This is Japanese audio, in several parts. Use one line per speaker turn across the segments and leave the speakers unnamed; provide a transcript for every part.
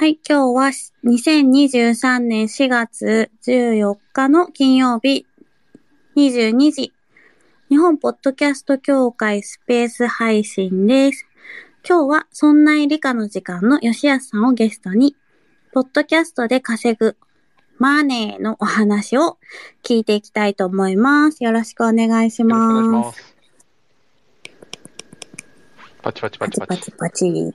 はい、今日は2023年4月14日の金曜日22時、日本ポッドキャスト協会スペース配信です。今日はそんな理科の時間の吉安さんをゲストに、ポッドキャストで稼ぐマネーのお話を聞いていきたいと思います。よろしくお願いします。よろしくお願いします。
パチパチパチパチ。
パチパチパチ。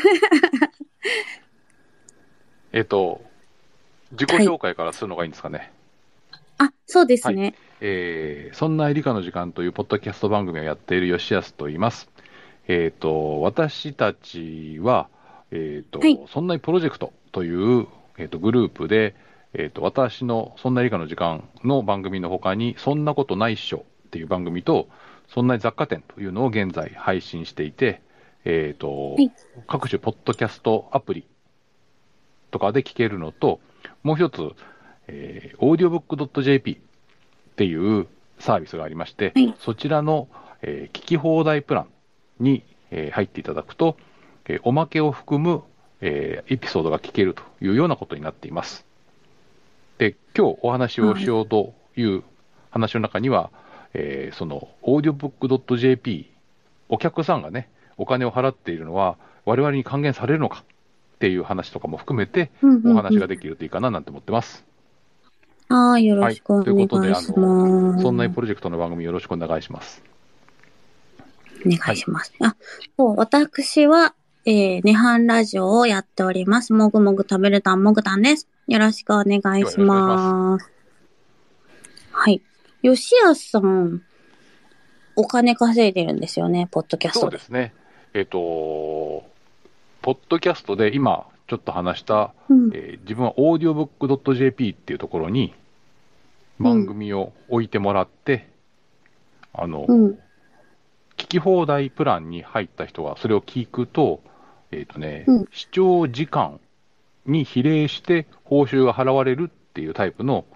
自己紹介からするのがいいんですかね。
はい、そうですね。
そんな理科の時間というポッドキャスト番組をやっている吉安と言います。私たちは、
はい、
そんなプロジェクトという、グループで、私のそんな理科の時間の番組の他に、そんなことないっしょっていう番組と、そんな雑貨店というのを現在配信していて、
はい、
各種ポッドキャストアプリとかで聞けるのと、もう一つ、audiobook.jp っていうサービスがありまして、
はい、
そちらの、聞き放題プランに、入っていただくと、おまけを含む、エピソードが聞けるというようなことになっています。で、今日お話をしようという話の中には、その audiobook.jp、お客さんがね、お金を払っているのは我々に還元されるのかっていう話とかも含めてお話ができるといいかななんて思ってます。
よろ
はい。
しくお
ということで、
願いします。
そんなプロジェクトの番組よろしくお願いします。
お願いします。私は、ネハンラジオをやっております。もぐもぐ食べるたんもぐたんです。よろしくお願いします。はい。吉安さん、お金稼いでるんですよね、ポッドキャストで。
そうですね。ポッドキャストで今ちょっと話した、自分は audiobook.jp っていうところに番組を置いてもらって、聞き放題プランに入った人がそれを聞くと、視聴時間に比例して報酬が払われるっていうタイプの、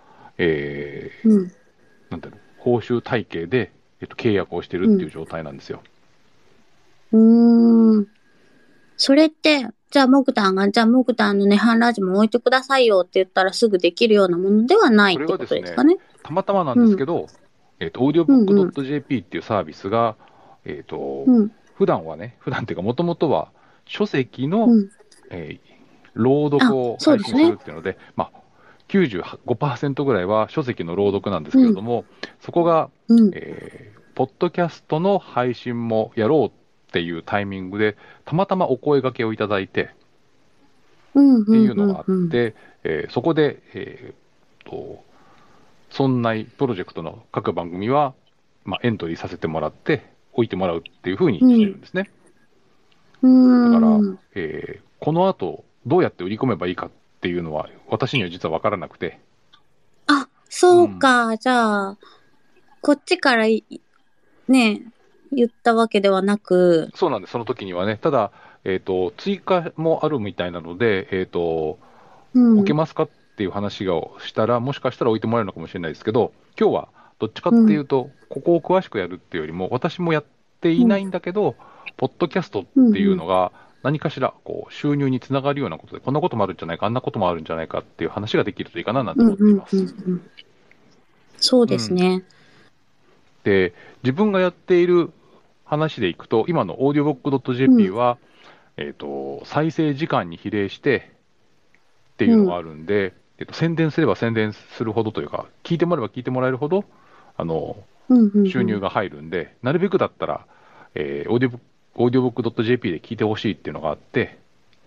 なんだろう、報酬体系で、契約をしてるっていう状態なんですよ。
それって、じゃあ、モグタンのネハンラジオも置いてくださいよって言ったらすぐできるようなものではないってことですかね。
たまたまなんですけど、audiobook.jp っていうサービスが、普段っていうか、もともとは書籍の、朗読を配信するっていうので、95% ぐらいは書籍の朗読なんですけれども、そこが、ポッドキャストの配信もやろうっていうタイミングで、たまたまお声掛けをいただいて、っていうのがあって、そこで、そんなプロジェクトの各番組は、エントリーさせてもらって、置いてもらうっていうふうにしてるんですね。だから、この後、どうやって売り込めばいいかっていうのは、私には実は分からなくて。
そうか、じゃあ、こっちからね、言ったわけではなく。
そうなんです、その時にはね。ただ、追加もあるみたいなので、置けますかっていう話をしたら、もしかしたら置いてもらえるのかもしれないですけど、今日はどっちかっていうと、ここを詳しくやるっていうよりも、私もやっていないんだけど、ポッドキャストっていうのが、何かしらこう収入につながるようなことで、こんなこともあるんじゃないか、あんなこともあるんじゃないかっていう話ができるといいかななんて思っています。
そうですね。
で、自分がやっている話でいくと、今の audiobook.jp は、再生時間に比例してっていうのがあるんで、宣伝すれば宣伝するほどというか、聞いてもらえば聞いてもらえるほど、収入が入るんで、なるべくだったら、audiobook.jp で聞いてほしいっていうのがあって、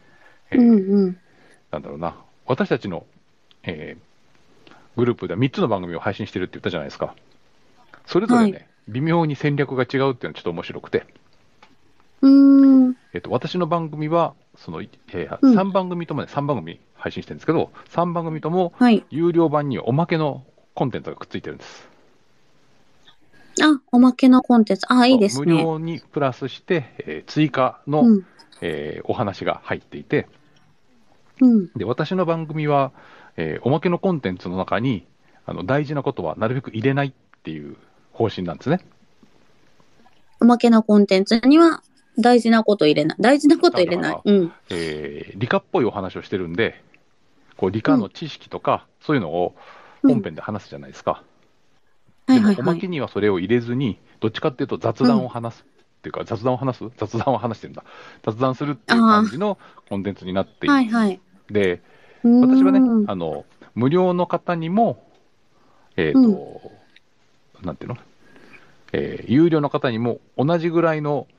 なんだろうな、私たちの、グループでは3つの番組を配信してるって言ったじゃないですか。それぞれね、微妙に戦略が違うっていうのはちょっと面白くて。私の番組は、3番組ともね、3番組配信してるんですけど、3番組とも、有料版にはおまけのコンテンツがくっついてるんです。
おまけのコンテンツ。いいですね。
無料にプラスして、追加の、お話が入っていて、で、私の番組は、おまけのコンテンツの中に、大事なことはなるべく入れないっていう方針なんですね。
おまけのコンテンツには大事なこと入れない。大事なこと入れない。うん。
理科っぽいお話をしてるんで、こう理科の知識とか、そういうのを本編で話すじゃないですか。でも、おまけにはそれを入れずに、どっちかっていうと雑談を話すっていうか、雑談を話してるんだ。雑談するっていう感じのコンテンツになっています。はいはい、で、私はね、無料の方にも、なんていうの、有料の方にも同じぐらいの、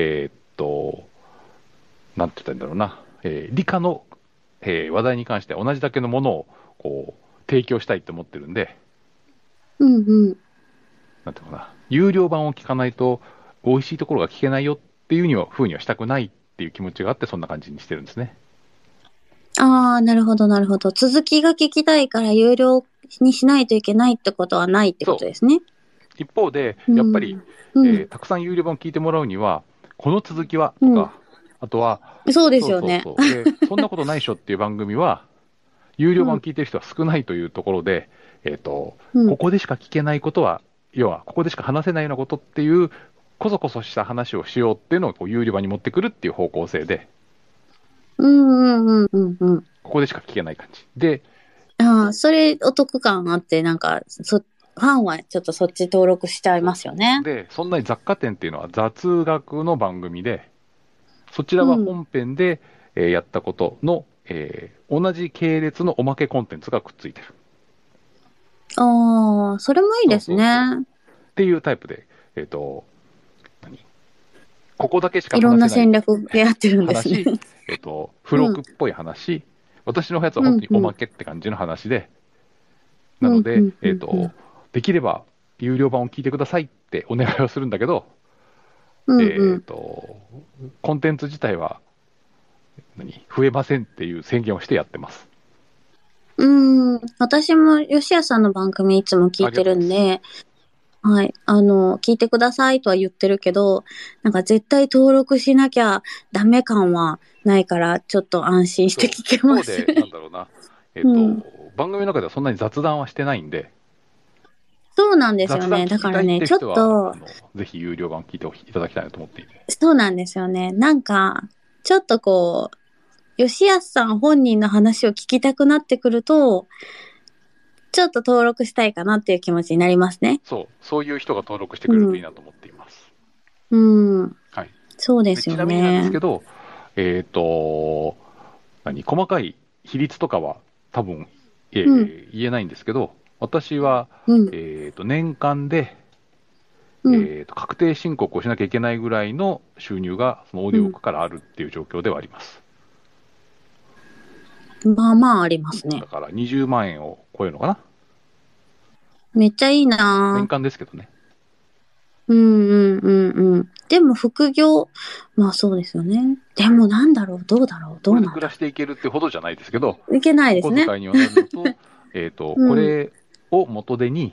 なんて言ったらいいんだろうな、理科の、話題に関して同じだけのものをこう提供したいと思ってるんで、なんていうのかな、有料版を聞かないと美味しいところが聞けないよっていうふうにはしたくないっていう気持ちがあって、そんな感じにしてるんですね。
ああ、なるほど、なるほど。続きが聞きたいから有料にしないといけないってことはないってことですね。
一方で、やっぱり、たくさん有料版を聞いてもらうには、この続きはとか、あとは、
そうですよね。
で、そんなことないっしょっていう番組は、有料版聞いてる人は少ないというところで、ここでしか聞けないことは、要は、ここでしか話せないようなことっていう、こそこそした話をしようっていうのをこう有料版に持ってくるっていう方向性で、ここでしか聞けない感じ。で、
ああ、それお得感あって、なんか、ファンはちょっとそっち登録しちゃいますよね。
で、そんなに雑貨店っていうのは雑学の番組で、そちらは本編で、やったことの、同じ系列のおまけコンテンツがくっついてる。
ああ、それもいいですね。
っていうタイプで、ここだけしか話せない。
いろんな戦略でやってるんですね。
付録っぽい話、私のやつは本当におまけって感じの話で、なので、できれば有料版を聞いてくださいってお願いをするんだけど、コンテンツ自体は増えませんっていう宣言をしてやってます。
私も吉谷さんの番組いつも聞いてるんで、はい。聞いてくださいとは言ってるけど、なんか絶対登録しなきゃダメ感はないから、ちょっと安心して聞けます。
そうで、なんだろうな。番組の中ではそんなに雑談はしてないんで。
そうなんですよね。だからね、ちょっと。
ぜひ有料版聞いていただきたいなと思っていて。
そうなんですよね。なんか、ちょっとこう、吉安さん本人の話を聞きたくなってくると、ちょっと登録したいかなっていう気持ちになりますね。
そういう人が登録してくれるといいなと思っています。
はい。そうですよね。
ちなみになんですけど、細かい比率とかは多分、言えないんですけど、私は、年間で、確定申告をしなきゃいけないぐらいの収入がそのオーディオブックからあるっていう状況ではあります。
まあまあありますね。
だから20万円を超えるのかな。
めっちゃいいな
年間ですけどね。
でも副業、まあそうですよね。でもなんだろう、どうだろう、
これで暮らしていけるってほどじゃないですけど、
いけないですね。
お小遣いにはなるのと、これを元手に、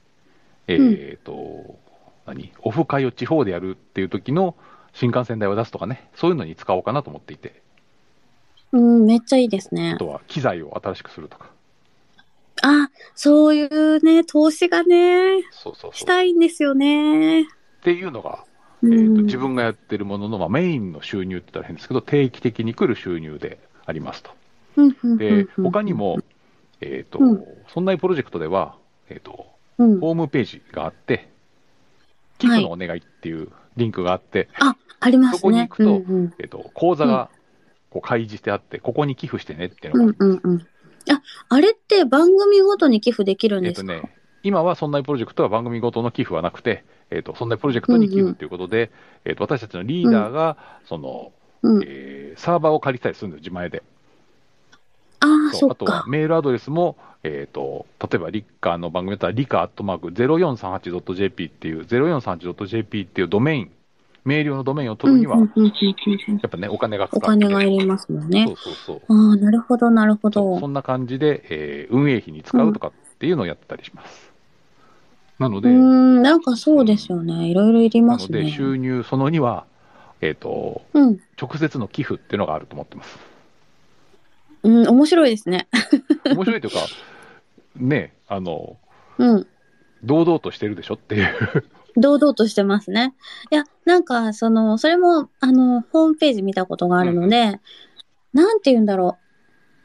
オフ会を地方でやるっていう時の新幹線代を出すとかね、そういうのに使おうかなと思っていて。
めっちゃいいですね。
あとは機材を新しくするとか。
あ、そういうね、投資がね、したいんですよね。
っていうのが、自分がやってるものの、メインの収入って言ったら変ですけど、定期的に来る収入でありますと。で、他にも、そんなプロジェクトでは、ホームページがあって、寄付のお願いっていうリンクがあって、
ありますね。
そこに行くと、口座がこう開示してあって、ここに寄付してねっていうのがあります。
あれって番組ごとに寄付できるんですか？
今はそんなプロジェクトは番組ごとの寄付はなくて、そんなプロジェクトに寄付ということで、私たちのリーダーが、サーバーを借りたりするんです、自前で。あとはメールアドレスも、例えばリッカーの番組だったら、リカ@0438.jp っていう、0438.jp っていうドメイン、メール用のドメインを取るには、やっぱね、お金がかかる。
お金がいりますもんね。
そう。
なるほど、なるほど。
そんな感じで、運営費に使うとかっていうのをやったりします。なので、
なんかそうですよね。いろいろいりますね。
なので、収入その2は、直接の寄付っていうのがあると思ってます。
面白いですね。
面白いというか、ね、堂々としてるでしょっていう
堂々としてますね。いや、なんか、それも、ホームページ見たことがあるので、なんて言うんだろう。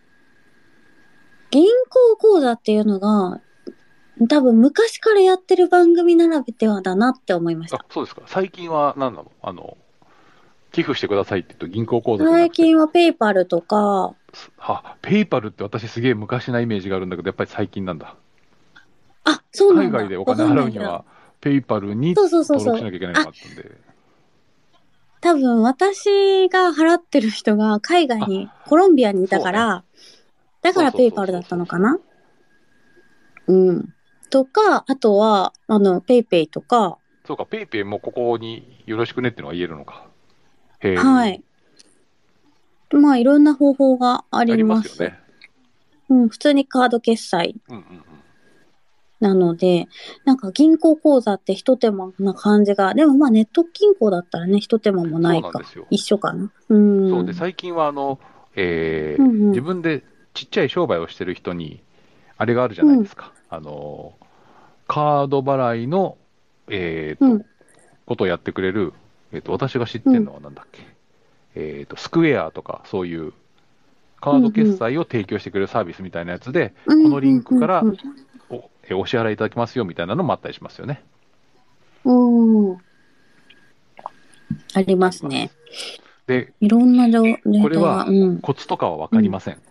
銀行口座っていうのが、多分昔からやってる番組ならではだなって思いました。
そうですか。最近は何なの？寄付してくださいって言うと銀行口座じゃなくて。
最近はペイパルとか、
ペイパルって私すげえ昔なイメージがあるんだけど、やっぱり最近なんだ。
あ、そうなんだ。
海外でお
わ
金
かんないけど。
払うには、ペイパルに
そうそうそうそう。
登録しなきゃいけないのがあったんで。
多分私が払ってる人が海外に、コロンビアにいた
そうね。
から、だからペイパルだったのかな。うん。とか、あとは、ペイペイとか、
そうか、ペイペイもここによろしくねっていうのが言えるのか。へえ。
はい。まあ、いろんな方法があ
ありま
ります。
すよね。
うん、普通にカード決済
うんうんうん。
なので、なんか銀行口座って一手間な感じが、でもまあネット銀行だったらね、一手間もないか。
そうなんですよ。
一緒かな。
そうで、最近は
うんうん。
自分でちっちゃい商売をしてる人に、あれがあるじゃ
うん。
ないですか。カード払いの、
うん。
ことをやってくれる、私が知っ
うん。
てるのはなんだっけ。スクエアとか、そういうカード
うん。うん。
決済を提供してくれるサービスみたいなやつで、
うん。
このリン
うん。うん。
クから
うん。
お支払いいただきますよみたいなのもあったりしますよね。
うん。あり
あります。
ますね。
で、
いろんなデータが。
これは
うん。
コツとかはわ
うん。
かりません。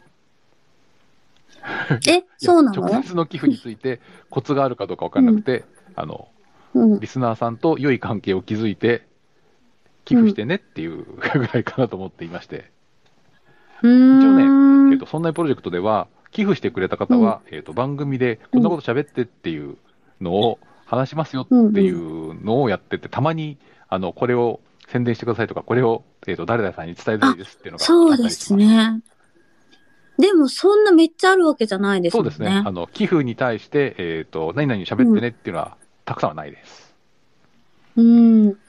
そうなの？
直接の寄付についてコツがあるかどうかわか
うん。
んなくて、
うん。
リスナーさんと良い関係を築いて寄
うん。
付してねっていうぐらいかなと思っていまして、
うー
一応ね、
ん。
そんなプロジェクトでは、寄付してくれた
うん。
方は、番組でこんな
うん。
こと喋ってっていうのを話しますよ
うん。
ってい
うん。
うのをやってて、たまに、これを宣伝してくださいとか、これを、誰々さんに伝えたい
あ、
ですっていうのがあっ
そうで
たりします。
すね。でもそんなめっちゃあるわけじゃないで
そうですね。
すもんね。
寄付に対して、何々喋っ
うん。
てねっていうのは、たくさんはないです。
う
うん。
ん。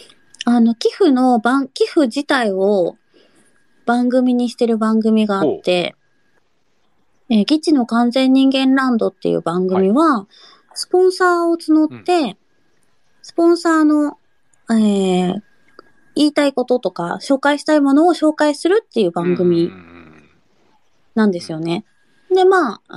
寄付自体を番組にしてる番組があっ
ほう。
て、ギチの完全人間ランドっていう番
はい。
組は、スポンサーを募っ
うん。
て、スポンサーの、言いたいこととか、紹介したいものを紹介するっていう
うんうんう
番組
ん
なんで
うん。うん。
すよね。で、まあ、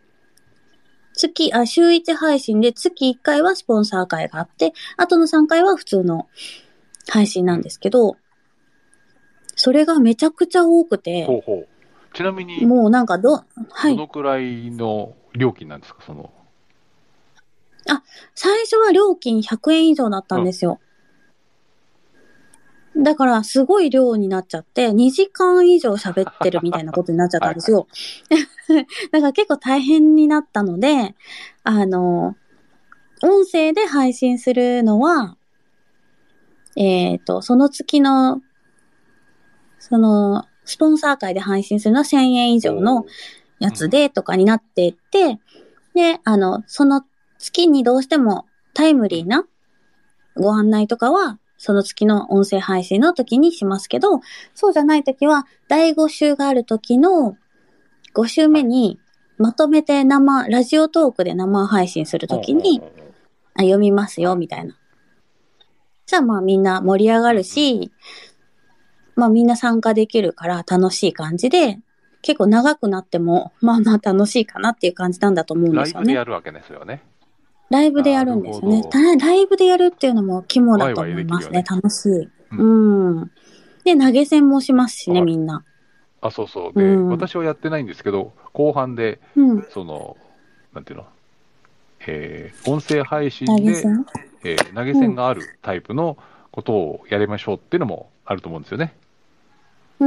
週1配信で月1回はスポンサー会があって、あとの3回は普通の配信なん
うん。
ですけど、それがめちゃくちゃ多くて、
ほうほう。ちなみに、
もうなんかはい。
どのくらいの料金なんですか、
あ、最初は料金100円以上だった
うん。
んですよ。だからすごい量になっちゃって、2時間以上喋ってるみたいなことになっちゃっ
はいはい。
たんですよ。だから結構大変になったので、音声で配信するのは、その月の、スポンサー会で配信するのは1000円以上の
おー。
やつ
うんうん。
でとかになっていって、で、その月にどうしてもタイム
うん。
リーなご案内とかは、その月の音声配信の時にしますけど、そうじゃない時は、第5週がある時の5週
はい。
目に、まとめてラジオトークで生配信する
ほうほう
時に、
ほうほ
読みます
う。
よ、
はい。
みたいな。じゃあまあみんな盛り上が
うんうん。
るし、まあみんな参加できるから楽しい感じで、結構長くなっても、まあまあ楽しいかなっていう感じなんだと思うんで
ライブで
すよね。
やるわけですよね。
ライブでや
なる
るんですよね。
ほど。
ライブでやるっていうのも肝だと
ワイワイ
思いますね。
できるよね。
楽しい。
うん。
うん。で、投げ銭もしますしね、
わかる。
みんな。
あ、そうそう。で、
うん。
私はやってないんですけど、後半で、
うん。
その、なんていうの、音声配信で、
投げ銭。
投げ
うん。
銭があるタイプのことをやりましょうっていうのもあると思うんですよね。
うん。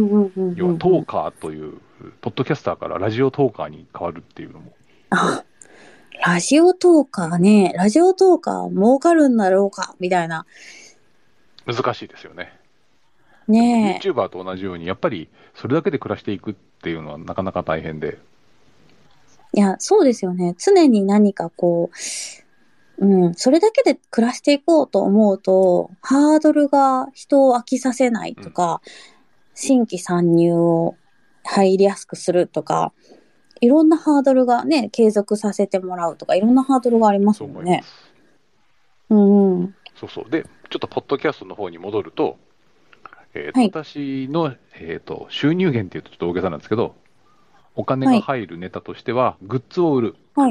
うん。うん。
要はト
うん。
ーカーという、ポッドキャスターからラジオトーカーに変わるっていうのも
あ、ラジオトーカーね。ラジオトーカー儲かるんだろうかみたいな。
難しいですよね。でも
ね
YouTuber と同じように、やっぱりそれだけで暮らしていくっていうのはなかなか大変で、
え。いや、そうですよね。常に何かうん、それだけで暮らしていこうと思うと、ハードルが人を飽きさせない
うん、
とか、新規参入を入りやすくするとか、いろんなハードルがね、継続させてもらうとか、いろんなハードルがあります
そう
もんね。
思います。
うんうん。
そうそう。で、ちょっとポッドキャストの方に戻ると、
はい。
私の、収入源っていうとちょっと大げさなんですけど、お金が
はい。
入るネタとしては、グッズを売る。
はい。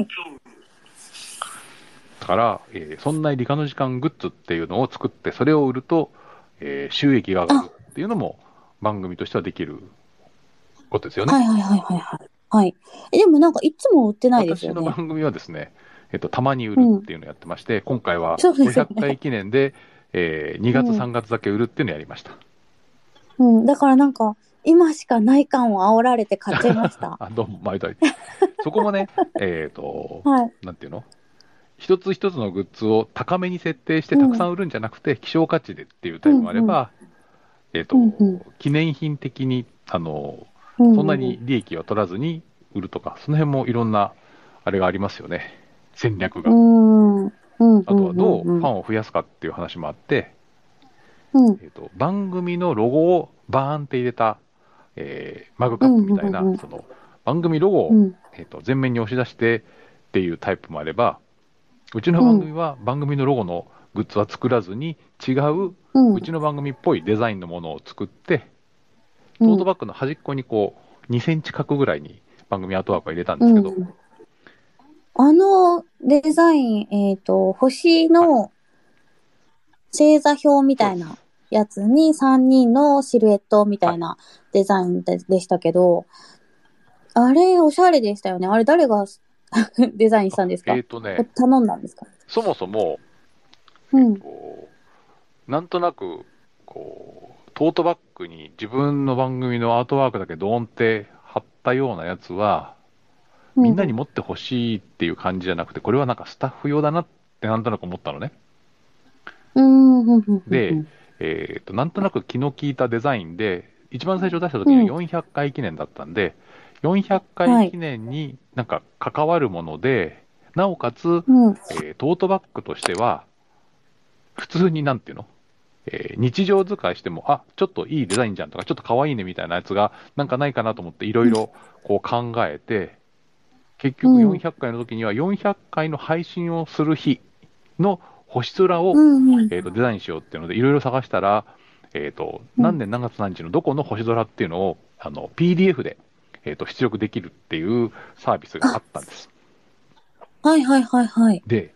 だから、そんな理科の時間グッズっていうのを作って、それを売ると、収益が上がる
あ、
っていうのも番組としてはできることですよね。
はいはいはいはいはい。はい。でもなんかいつも売ってないですよね。
私の番組はですね、たまに売
うん。
るっていうのをやってまして、今回は
そうです
500
よね。
回記念で、2月
うん。
3月だけ売るっていうのをやりました。
うん。だからなんか、今しかない感を煽られて買っちゃいました。
あ、どうも、毎度。そこもね、
はい。
なんていうの、一つ一つのグッズを高めに設定して
うん。
たくさん売るんじゃなくて、希少価値でっていうタイプ
うんうん。
もあれば、
うんうん。
記念品的に、そんな
うんうん。
に利益は取らずに売るとか、その辺もいろんな、あれがありますよね。戦略
う
が。
ん。うんうん
あとはどう
うんうん。
ファンを増やすかっていう話もあって、
うん。
番組のロゴをバーンって入れた、マグカップ
うん
みたいな、
うんうん。
その番組ロゴを、
うん。
前面に押し出してっていうタイプもあれば、うちの
うん。
番組は番組のロゴのグッズは作らずに違う
うん。
うちの番組っぽいデザインのものを作って、トート
うん。
バッグの端っこにこう2センチ角ぐらいに番組アートワークを入れたんですけど、
うん。あのデザイン、星
はい、
の星座表みたいな
そうです。
やつに3人のシルエットみた
はい。
いなデザインでしたけど、あれおしゃれでしたよね。あれ誰がデザインしたんですか？頼んだんですか？
そもそも、
うん。
なんとなく、トートバッグに自分の番組のアートワークだけドーンって貼ったようなやつは、みんなに
うん。
持ってほしいっていう感じじゃなくて、これはなんかスタッフ用だなってなんとなく思ったのね。
うん。うん。う
で、
ん。
なんとなく気の利いたデザインで、一番最初出した時には
うん。
400回記念だったんで、400回
はい。
記念になんか関わるもので、なおかつ、
うん。
トートバッグとしては、普通になんていうの、日常使いしても、あ、ちょっといいデザインじゃんとか、ちょっと可愛いねみたいなやつが、なんかないかなと思っていろいろこう考えて、結局
うん。
400回の時には400回の配信をする日の星空を、
うん。うん。
デザインしようっていうので、いろいろ探したら、
うん。
何年何月何日のどこの星空っていうのを、PDF で、出力できるっていうサービスがあ
あ、
ったんです。
はいはいはいはい。
で、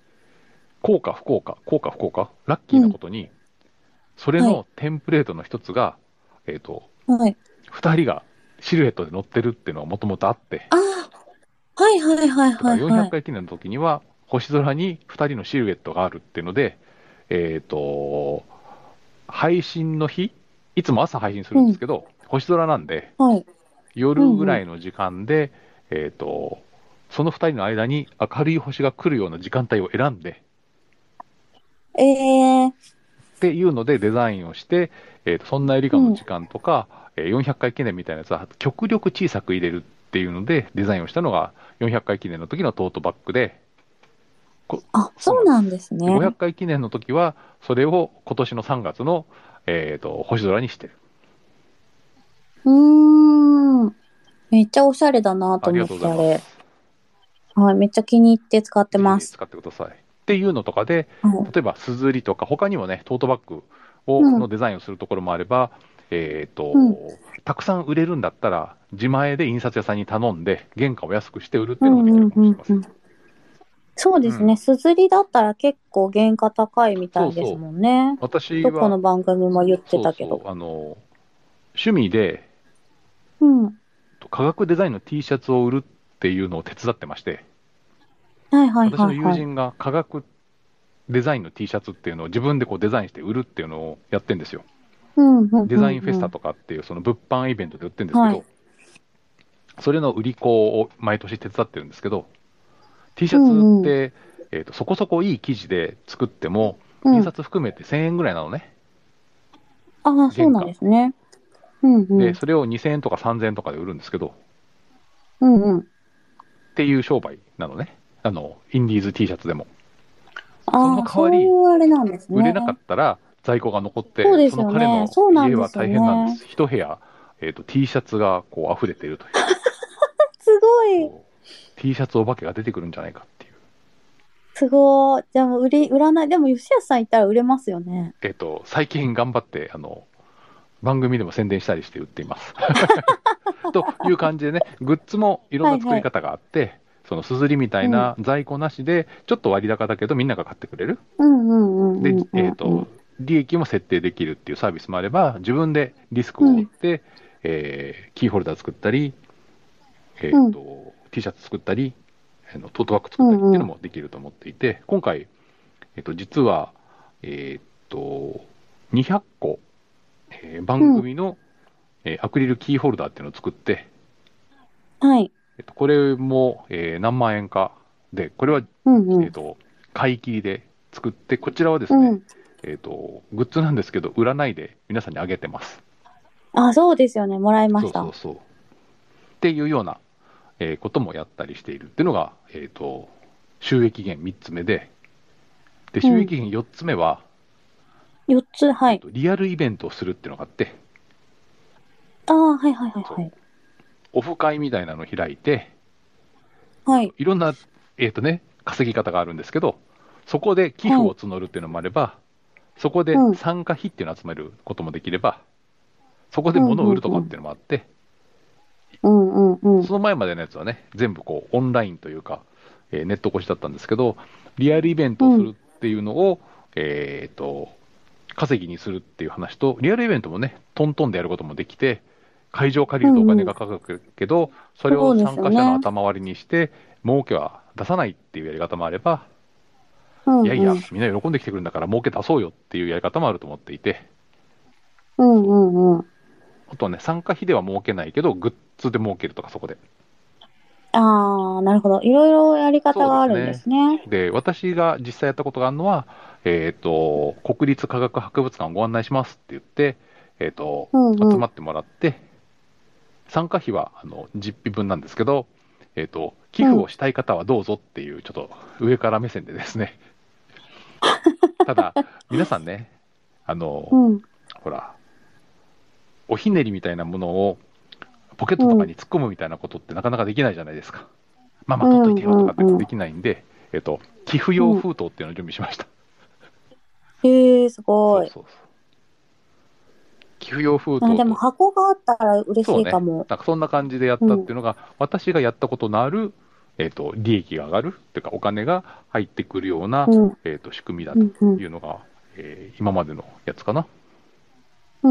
効果不効果、ラッキー
うん。
なことに、それ
はい。
のテンプレートの一つが、えっ、と、
はい。
二人がシルエットで乗ってるっていうのがもともとあって、
ああ、はいはいはい
だから400
はいはい。
回記念の時には、星空に二人のシルエットがあるっていうので、えっ、と、配信の日、いつも朝配信するん
うん。
ですけど、星空なんで、
はい。
夜ぐ
うんうん。
らいの時間で、その二人の間に明るい星が来るような時間帯を選んで、
ええー。
っていうのでデザインをして、そんなエリカの
うん。
時間とか、400回記念みたいなやつは極力小さく入れるっていうのでデザインをしたのが400回記念の時のトートバッグで、
あ、
そうなんです。
そうなんです
で、500
ね。
回記念の時は、それを今年の3月の、星空にしてる。
うーん。めっちゃおしゃれだなと
ありが
思って、
とうございます。
あれ。はい。めっちゃ気に入って使ってます。
ぜひ使ってください。っていうのとかで、
はい。
例えば、すずりとか、他にもね、トートバッグの
うん。
デザインをするところもあれば、
うん。
たくさん売れるんだったら、自前で印刷屋さんに頼んで、原価を安くして売るっていうのもできる
うんうん
かもしれません。
うんうん。そうですね。
うん。
すずりだったら結構原価高いみたいです
そうそう。
もんね。どこ
私は、
の番組も言ってたけど。
そうそう、趣味で、
うん。
科学デザインの T シャツを売るっていうのを手伝ってまして、
はいはい
私の友
はいはい。
人が科学デザインの T シャツっていうのを自分でこうデザインして売るっていうのをやってんですよ。
うん、うん、
デ
うん、
ザインフェスタ
うん。
とかっていうその物販イベントで売ってるんですけ
はい。
ど、それの売り子を毎年手伝ってるんですけど、T シャツっ
うん、うん。
て、そこそこいい生地で作っても、印
うん。
刷含めて1000円ぐらいなのね、
ああ、そうなん
原価。
ですね。うん、う
で、
ん。
それを2000円とか3000円とかで売るんですけど、
うん、うん。
っていう商売なのね。インディーズ T シャツでも。その
ああ、そうい
代わり、
うあれなんですね。
売れなかったら在庫が残って、
そうで
その
すよね。
彼の
そうなん
家は
ですよ
大変なんで
ね。
す。一部屋、T シャツがこう溢れているという。
すごい。
そう。T シャツお化けが出てくるんじゃないかっていう。
すごい。じゃあもう売らない。でも、吉安さんいたら売れますよね。
最近頑張って、番組でも宣伝したりして売っています。という感じでね、グッズもいろん
はいはい。
な作り方があって、そのすずりみたい
うん。
な在庫なしで、ちょっと割高だけどみんなが買ってくれる。
うんうんう
で、
んうんうんうん。
利益も設定できるっていうサービスもあれば、自分でリスクを負っ
うん。
て、キーホルダー作ったり、
うん。
T シャツ作ったり、トートバッグ作ったりっていうの
うんうん。
もできると思っていて、今回、実は、えっと、200個、番
うん。
組の、アクリルキーホルダーっていうのを作って、
はい。
これも、何万円かで、これは、
うんうん。
えっと、買い切りで作って、こちらはですね、
うん。
グッズなんですけど、売らないで皆さんにあげてます。
あ、そうですよね。もらいました。
そうそうそう。っていうような、こともやったりしているっていうのが、収益源3つ目で、
うん。
収益源4つ目は、
4つ、はい。
リアルイベントをするっていうのがあって、
ああ、はいはいはい
そう、
はい。
オフ会みたいなのを開いて、
はい。
いろんな、稼ぎ方があるんですけど、そこで寄付
はい。
を募るっていうのもあれば、そこで
うん。
参加費っていうのを集めることもできれば、そこで
うん、
物を
うん、うん。
売るとかっていうのもあって、
うん、うん、うん。
その前までのやつはね、全部こうオンラインというか、ネット越しだったんですけど、リアルイベントをする
うん。
っていうのを、えーと、稼ぎにするっていう話と、リアルイベントもね、トントンでやることもできて、会場を借りるとお
うん、うん。
金がかかるけど、それを
そうです
参加者の
よね。
頭割りにして、儲けは出さないっていうやり方もあれば、
うん、
いやいや、
うん。
みんな喜んできてくるんだから儲け出そうよっていうやり方もあると思っていて、
うん、
そう。
うん、うん。
あとはね、参加費では儲けないけど、グッズで儲けるとか、そこで。
ああ、なるほど。いろいろやり
そうで
方があるんで
すね。
すね。
で、私が実際やったことがあるのは、国立科学博物館をご案内しますって言って、
うん、うん。
集まってもらって、参加費は実費分なんですけど、寄付
うん。
をしたい方はどうぞっていう、ちょっと上から目線でですね、ただ、皆さんね、
うん。
ほら、おひねりみたいなものをポケットと
うん。
かに突っ込むみたいなことってなかなかできないじゃないですか。まあまあ、取っとい
うん、
てよとかって
うん、
できないんで、寄付
うん。
用封筒っていうのを準備しました。
へえ、すごい。
そうそうそう。寄付用封
あ、でも
筒と、
箱があったら嬉し
そうね、
いかも。
なんかそんな感じでやっ
うん。
たっていうのが、私がやったことのある、利益が上がるっていうか、お金が入ってくるような、
うん。
仕組みだと
うん、うん。
いうのが、今までのやつかな。
うん。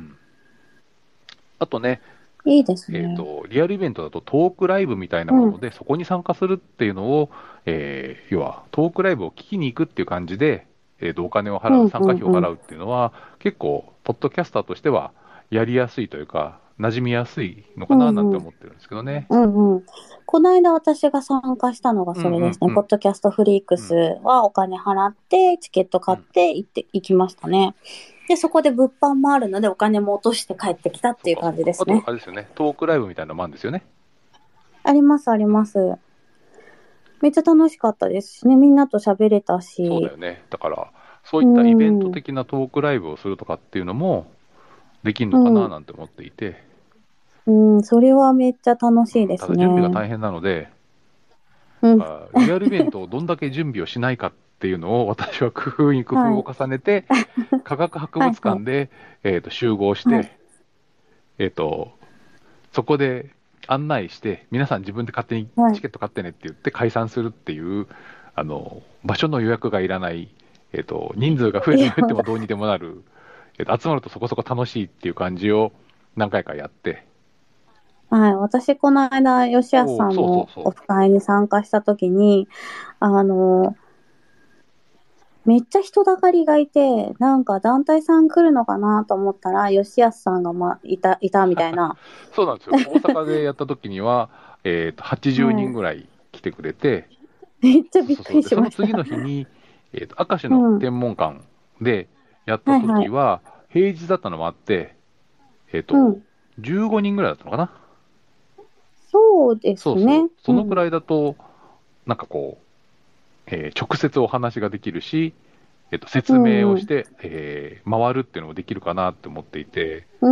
うん。あとね、
いいですね。
リアルイベントだとトークライブみたいな
うん。
もので、そこに参加するっていうのを、要はトークライブを聞きに行くっていう感じで、お金を払う、
うん、
参
うん、うん。
加費を払うっていうのは、結構、ポッドキャスターとしてはやりやすいというか、馴染みやすいのかななん
うん、うん。
て思ってるんですけどね。
うんうん。この間私が参加したのが
うん
それですね。ポ
うんうん。
ッドキャストフリークス
うん
はお金払って、チケット
うん。
買って行きましたね。で、そこで物販もあるのでお金も落として帰ってきたっていう感
そっかそっか。あと、
じですね。
あれですよね、トークライブみたいなのもあるんですよね。
あります、あり
うん。
ます。めっちゃ楽しかったですしね。みんなと喋れたし。
そうだよね。だから、そうい
う
ったイベント
ん。
的なトークライブをするとかっていうのもできる
う
のかな
ん。
なんて思っていて、
うん。それはめっちゃ楽しいで
ただ
すね。
準備が大変なので、
うん。
リアルイベントをどんだけ準備をしないかっていうのを私は工夫に工夫を
はい。
重ねて、科学博物
はい、はい。
館で、集合し
はい。
て、えっと、そこで案内して、皆さん自分で勝手に
はい。
チケット買ってねって言って解散するっていう、場所の予約がいらない、人数が増えて
いや、
も減ってもどうにでもなる、集まるとそこそこ楽しいっていう感じを何回かやって、
はい。私、この間、吉安
おお、
さんの
そうそうそ
オフ会に参加したときに、あの、めっちゃ人だかりがいて、なんか団体さん来るのかなと思ったら、吉安さんが、いたみたいな。
う。そうなんですよ。大阪でやった時には、80
はい。
人ぐらい来てくれて、
めっちゃびっくり
そうそうそう。で、その次
しました。
の日に、明石
うん。
の天文館でやった
はいはい。
時は、平日だったのもあって、
うん。
15人ぐらいだったのかな。
そうですね。
そうそう。そのく
うん。
らいだと、なんかこう、直接お話ができるし、
う
説明
んうん。
をして、回るっていうのもできるかなって思っていて、
うん。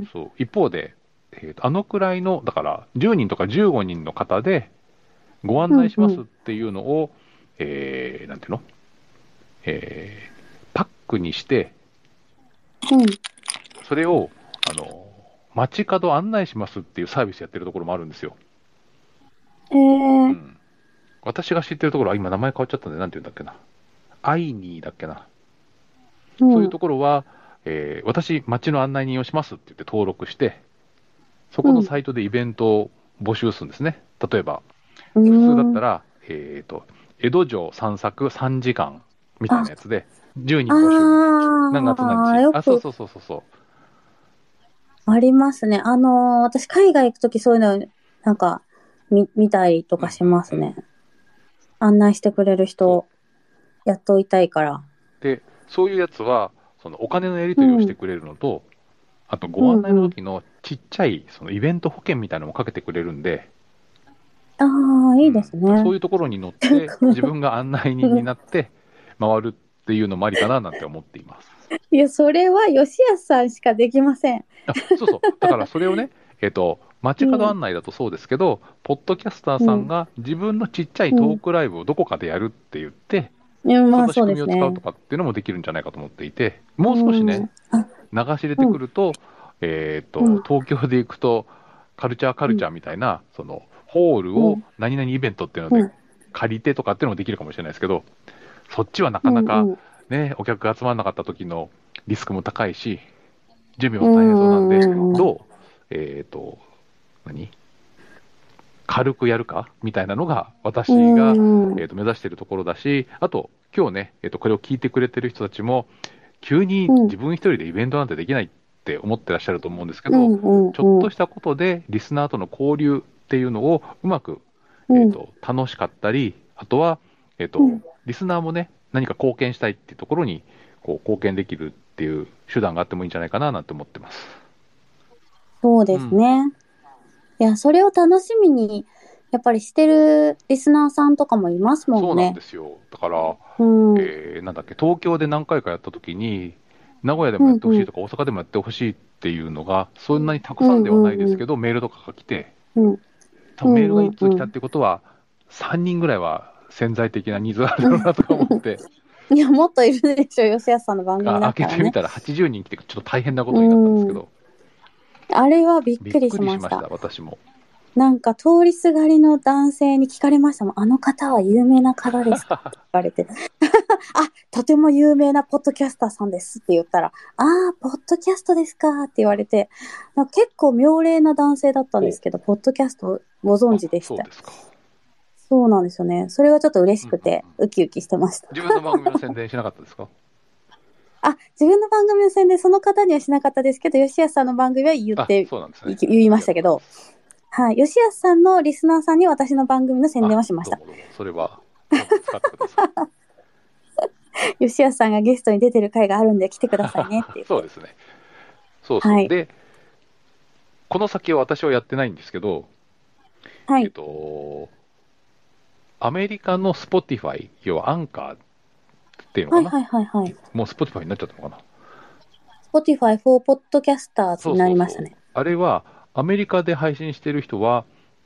そう、一方で、あのくらいの、だから10人とか15人の方でご案
うんうん。
内しますっていうのを、 なんていうの、パックにして、それを、街角案内しますっていうサービスやってるところもあるんですよ。うん。私が知ってるところは、今名前変わっちゃったんで、なんて言うんだっけな。アイニーだっけな。そういうところは、私、街の案内人をしますって言って登録して、そこのサイトでイベントを募集するんですね。例えば、普通だったら、江戸城散策3時間みたいなやつで、10人募集みたいな。何月何日。そうそうそうそうそう。
ありますね。私海外行くときそういうの、なんか、見たりとかしますね。案内してくれる人、やっといたいから。
で、そういうやつは、そのお金のやり取りをしてくれるのと、あとご案内の時のちっちゃいそのイベント保険みたいなのもかけてくれるんで、
ああ、いいですね。
そういうところに乗って自分が案内人になって回るっていうのもありかななんて思っています。
いや、それは吉安さんしかできません。
そうそう。だからそれをね、街角案内だとそうですけど、ポッドキャスターさんが自分のちっちゃいトークライブをどこかでやるって言って、その仕組みを使うとかっていうのもできるんじゃないかと思っていて、もう少しね、流し入れてくると、東京で行くと、カルチャーみたいな、その、ホールを何々イベントっていうので借りてとかっていうのもできるかもしれないですけど、そっちはなかなかね、お客が集まらなかった時のリスクも高いし、準備も大変そうなんで、何軽くやるかみたいなのが私が、目指しているところだし、あと、今日ね、これを聞いてくれてる人たちも、急に自分一人でイベントなんてできないって思ってらっしゃると思うんですけど、ちょっとしたことでリスナーとの交流っていうのをうまく、楽しかったり、あとは、リスナーもね、何か貢献したいっていうところにこう貢献できるっていう手段があってもいいんじゃないかななんて思ってます。
そうですね。いや、それを楽しみに、やっぱりしてるリスナーさんとかもいますもんね。
そうなんですよ。だから、なんだっけ、東京で何回かやったときに、名古屋でもやってほしいとか、大阪でもやってほしいっていうのが、そんなにたくさんではないですけど、メールとかが来て、多分メールが1通来たってことは、3人ぐらいは潜在的なニーズがあるだろうなとか思って。
いや、もっといるでしょ、吉安さんの番組だったら、ね。
開けてみたら80人来て、ちょっと大変なことになったんですけど。
あれはびっくりしました。
びっくりしました、私も。
なんか通りすがりの男性に聞かれましたもん。あの方は有名な方ですかって聞かれて。あ、とても有名なポッドキャスターさんですって言ったら、ああ、ポッドキャストですかって言われて、結構妙齢な男性だったんですけど、ポッドキャストご存知でした。
そうですか。
そうなんですよね。それがちょっと嬉しくて、ウキウキしてました。
自分の番組の宣伝しなかったですか？
自分の番組の宣伝、その方にはしなかったですけど、吉安さんの番組は言いましたけど、はい。吉安さんのリスナーさんに私の番組の宣伝はしました。
どうもそれは、使ってくださ
い。吉安さんがゲストに出てる回があるんで来てくださいねって言って。
そうですね。そうそう。はい、で、この先は私はやってないんですけど、はい。アメリカの Spotify、要はアンカーっていうのかな。もう Spotify になっちゃったのかな。
Spotify for Podcasters になりましたね。
あれは、アメリカで配信してる人は、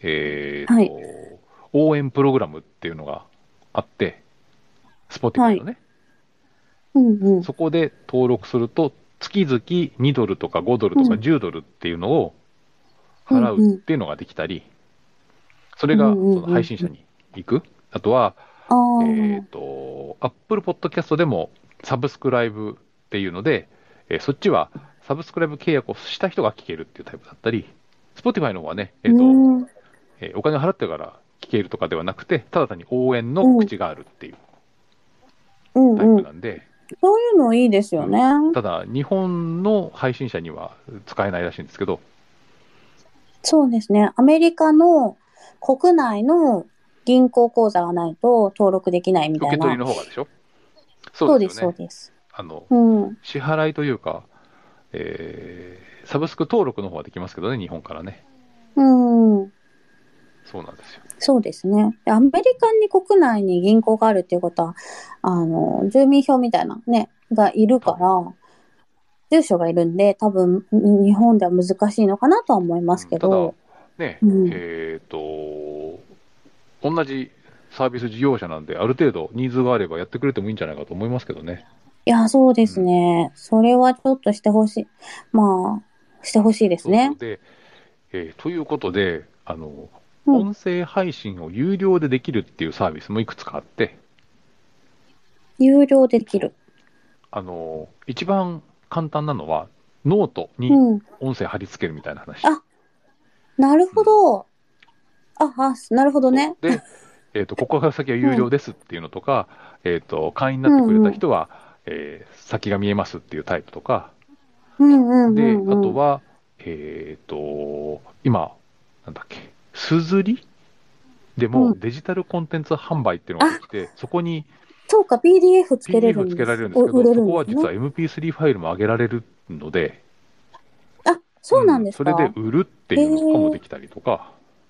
応援プログラムっていうのがあって、Spotify のね。そこで登録すると、月々2ドルとか5ドルとか10ドルっていうのを払うっていうのができたり、それがその配信者に行く。あとは、Apple Podcast でもサブスクライブっていうので、そっちはサブスクライブ契約をした人が聞けるっていうタイプだったり、Spotify の方はね、お金を払ってから聞けるとかではなくて、ただ単に応援の口があるっていうタイプなんで、
そういうのいいですよね。
ただ、日本の配信者には使えないらしいんですけど。
そうですね。アメリカの国内の銀行口座がないと登録できないみたいな。
受け取りの方がでしょ？
そうです、そうです。
支払いというか、サブスク登録の方はできますけどね、日本からね。そうなんですよ。
そうですね。アメリカに国内に銀行があるっていうことは、住民票みたいなね、がいるから、住所がいるんで、多分、日本では難しいのかなとは思いますけど。
ただ、ね、同じサービス事業者なんで、ある程度ニーズがあればやってくれてもいいんじゃないかと思いますけどね。
いや、そうです
うん、
ね。それはちょっとしてほしい。まあ、してほしいです
そうそう。
ね。
で、ということで、
うん。
音声配信を有料でできるっていうサービスもいくつかあって、
有料ででき
そう。
る。
一番簡単なのは、ノート
う
に
ん。
音声貼り付けるみたいな話。
あ、なる
うん。
ほど。なるほど
そう。
ね。
で、ここから先は有
うん。
料ですっていうのとか、会員にな
う
ってくれ
んうん。
た人は、先が見えますっていうタイプとか、
うんうんう
で、あ
んうん。
とは、今、なんだっけ、すずりで
うん。
もデジタルコンテンツ販売っていうのがで
あ、
きて、そこに
そうか、PDF つけれる
PDF つ
んです。
けられるんですけ
売
ど、
れるんですね。
そこは実は MP3 ファイルも上げられるので、
あ、そうなん
うん、それで
ですか？
売るって
へ
いうのとかも
え、
できたりとか、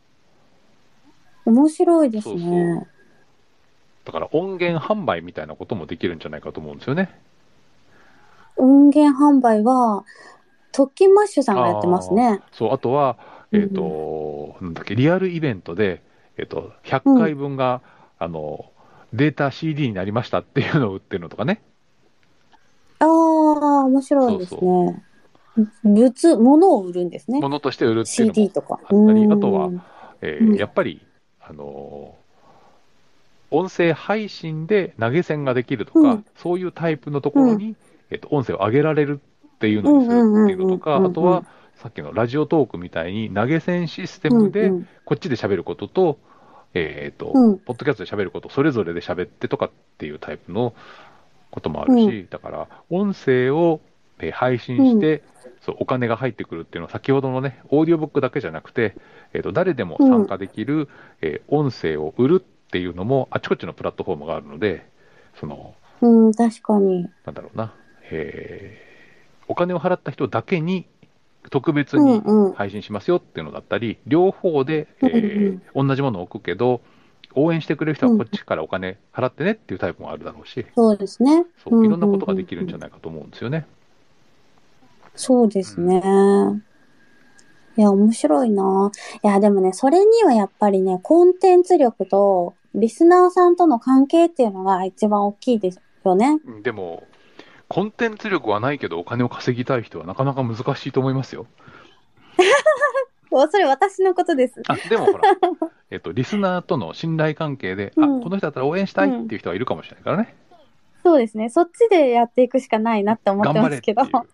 面白いです
そうそう。
ね。
だから音源販売みたいなこともできるんじゃないかと思うんですよね。
音源販売は、特勤マッシュさんがやってます
ああ、
ね。
そう、あとは、
うん。
なんだっけ、リアルイベントで、100
うん。
回分が、データ CD になりましたっていうのを売ってるのとかね。
ああ、面白いです
そうそ
ね。物を売るんです
う。
ね。
ものとして売るっていうの
CD
も
とか。うー
あったり、あとは、
ん。うん。
やっぱり、あの音声配信で投げ銭ができるとか、
うん。
そういうタイプのとこ
うん。
ろに、音声を上げられるっていう
うんう
のにするっていう
んうんう
のとか、あとは、
んうん。
さっきのラジオトークみたいに投げ銭システムで、
うんうん。
こっちで喋ることと、
うん。
ポッドキャストで喋ること、それぞれで喋ってとかっていうタイプのこともある
うん。
し、だから、音声を配信し
うん。
て、そうお金が入ってくるっていうのは、先ほどのね、オーディオブックだけじゃなくて、誰でも
うん。
参加できる、音声を売るっていうのも、あちこちのプラットフォームがあるので、その、
うん。確かに。
なんだろうな、お金を払った人だけに特別
うん
に
うん。
配信しますよっていうのだったり、両方で、
うん
同じものを置くけど、応援してくれる人
うん。
はこっ
うん。
ちからお金払ってねっていうタイプもあるだろうし、
そうですね。
そう、い
うん、うん、
ろんなことがで
うん、うん。
きるんじゃないかと思うんですよね。
そうで
うん。
すね。いや、面白いな。いや、でもね、それにはやっぱりね、コンテンツ力と、リスナーさんとの関係っていうのが一番大きいですよね。
でも、コンテンツ力はないけどお金を稼ぎたい人はなかなか難しいと思いますよ。
それ私のことです。
あ、でもほら、リスナーとの信頼関係で、あ、こ
うん。
の人だったら応援したいっ
うん。
ていう人はいるかもしれないからね。
そうですね。そっちでやっていくしかないなって思って
頑張
ますけど。
れっていう。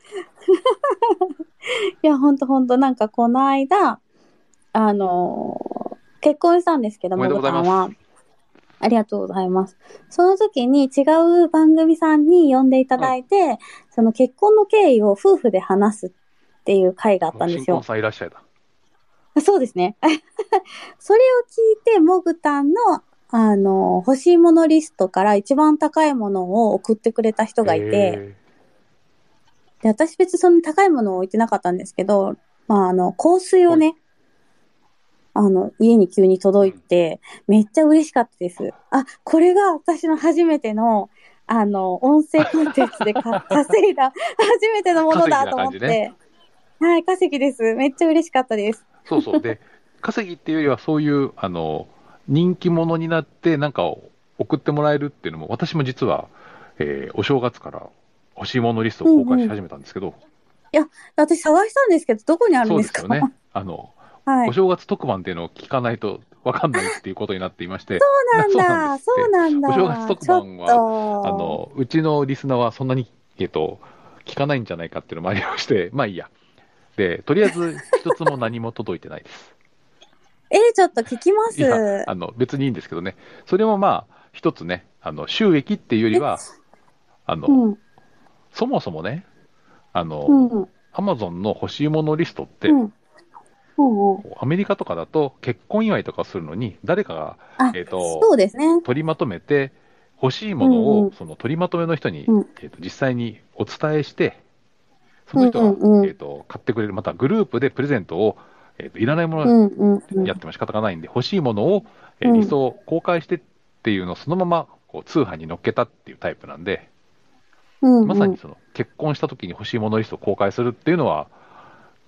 いや、ほんとほんと、なんかこの間、結婚したんですけど、
おめでとう
もぐ
ございます。
たんは。ありがとうございます。その時に違う番組さんに呼んでいた
うん。
だいて、その結婚の経緯を夫婦で話すっていう会があっ
もう新婚
たんですよ。
さんいらっしゃいだ。
そうですね。それを聞いて、もぐたんの、欲しいものリストから一番高いものを送ってくれた人
へ
がいて、
え。
で、私別にその高いものを置いてなかったんですけど、まあ、香水を
はい。
ね、家に急に届い
うん。
て、めっちゃ嬉しかったです。あ、これが私の初めての、音声コンテンツで稼いだ初めてのもの
稼ぎ
だと
な感じね。
思って、はい、稼ぎです。めっちゃ嬉しかったです。
そうそう。で、稼ぎっていうよりはそういう、人気者になってなんかを送ってもらえるっていうのも、私も実は、お正月から欲しいものリストを
うんうん。
公開し始めたんですけど、
いや、私探したんですけど、どこにあるん
そう
ですか？
ですよね。
はい。
お正月特番っていうのを聞かないとわかんないっていうことになっていまして、
そう
そうなんで
なんだ、
すって。
そうなん
お正月
だ。
特
ちょっ
番は、
と、
うちのリスナーはそんなに、聞かないんじゃないかっていうのもありまして、まあいいや。で、とりあえず一つも何も届いてないです。
ちょっと聞きま
いや、
す。
別にいいんですけどね。それもまあ、一つね、収益っていうより
え、
は、あの、
うん、
そもそもね、
うん、うん、
アマゾンの欲しいものリストって、
うん、うん。
アメリカとかだと結婚祝いとかするのに、誰かが、
あ、そうですね。
取りまとめて、欲しいもの
うん、うん、
をその取りまとめの人に、
うん、
実際にお伝えして、そ
うん、
の人が、
うん、
買ってくれる、またグループでプレゼントを、いらないもの
うん、うん、うん、
やっても仕方がないんで、欲しいものを、
うん、
理想公開してっていうのをそのままこう通販に乗っけたっていうタイプなんで、
うん、うん。
まさにその結婚した時に欲しいものリストを公開するっていうのは、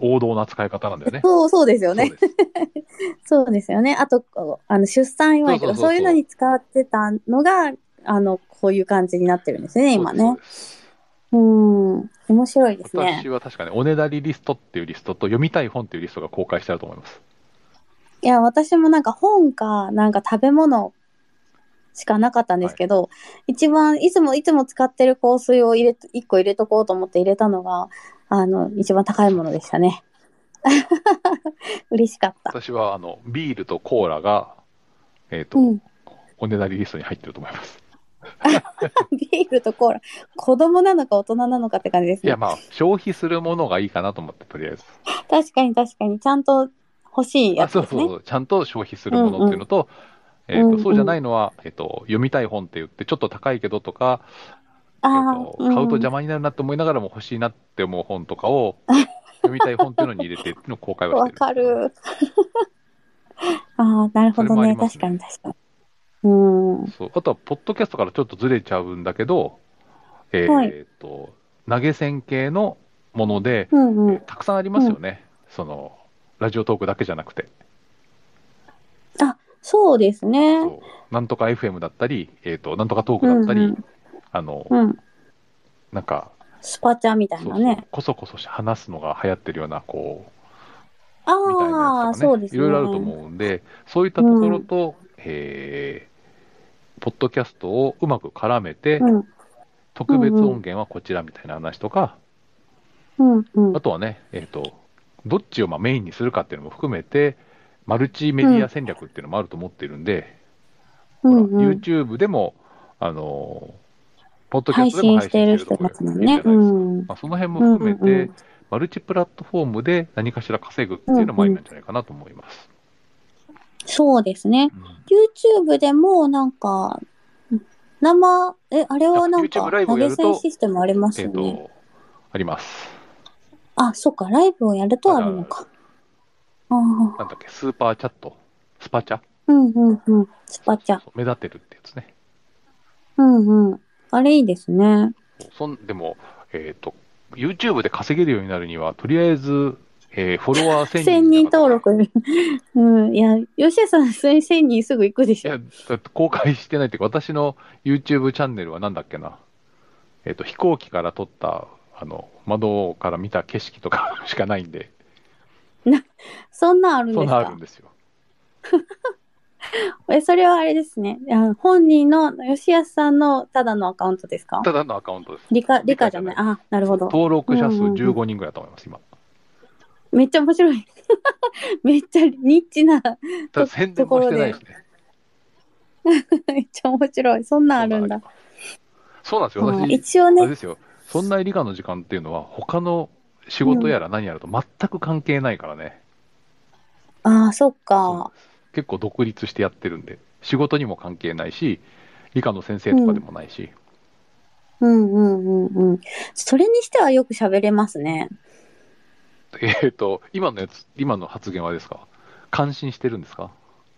王道な使い方なんだよね。
そうですよね。そうですよね。あと、出産祝いとか、そういうのに使ってたのが、こういう感じになってるんですね、今ね。そうです。面白いですね。
私は確かね、おねだりリストっていうリストと読みたい本っていうリストが公開してあると思います。
いや、私もなんか本か、なんか食べ物しかなかったんですけど、はい、一番、いつも使ってる香水を1個入れとこうと思って入れたのが、一番高いものでしたね。嬉しかった。
私は、ビールとコーラが、おねだりリストに入ってると思います。
ビールとコーラ。子供なのか大人なのかって感じですね。
いや、まあ、消費するものがいいかなと思って、とりあえず。
確かに。ちゃんと欲しいやつですね。
そう。ちゃんと消費するものっていうのと、そうじゃないのは、読みたい本って言って、ちょっと高いけどとか、買うと邪魔になるなって思いながらも欲しいなって思う本とかを、読みたい本っていうのに入れてっていうのを公開はしてる。
わかる。なるほどね。確かに。
そう。あとは、ポッドキャストからちょっとずれちゃうんだけど、投げ銭系のもので、たくさんありますよね。ラジオトークだけじゃなくて。
そうですね。
そう。なんとか FM だったり、なんとかトークだったり、なんか、
スパチャみたいなね。
そうこそこそ話すのが流行ってるような、みたいなやつとかね、いろいろあると思うんで、そういったところと、ポッドキャストをうまく絡めて、特別音源はこちらみたいな話とか、あとはね、どっちをメインにするかっていうのも含めて、マルチメディア戦略っていうのもあると思ってるんで、YouTube でも、ポッドキャストでも配信してるところいるじゃないですか。その辺も含めて、マルチプラットフォームで何かしら稼ぐっていうのもありなんじゃないかなと思います。
そうですね。YouTube でもなんか、あれはなんか、投げ銭システムありますよね。
あります。
そっか、ライブをやるとあるのか。
なんだっけ、スーパーチャットスパチャ
スパチャ。
目立てるってやつね。
あれいいですね。
でも、YouTube で稼げるようになるには、とりあえず、フォロワー1000
人登録。いや、吉谷さん、1000人すぐ行くでしょ。
いや、だって公開してないっていうか、私の YouTube チャンネルはなんだっけな。飛行機から撮った、窓から見た景色とかしかないんで。
そんなんあるんですか？
そんなんあるんですよ。
それはあれですね。本人の、吉安さんのただのアカウントですか？
ただのアカウントです。
理科じゃない。なるほど。
登録者数15人ぐらいだと思います、今。
めっちゃ面白い。めっちゃニッチな
宣伝もしてないですね。
めっちゃ面白い。そんなんあるんだ。
そうなんですよ。私、
一応ね。
あれですよ。そんな理科の時間っていうのは、他の仕事やら何やらと全く関係ないからね。
そっか。
結構独立してやってるんで、仕事にも関係ないし、理科の先生とかでもないし。
それにしてはよく喋れますね。
今の発言はですか？感心してるんですか？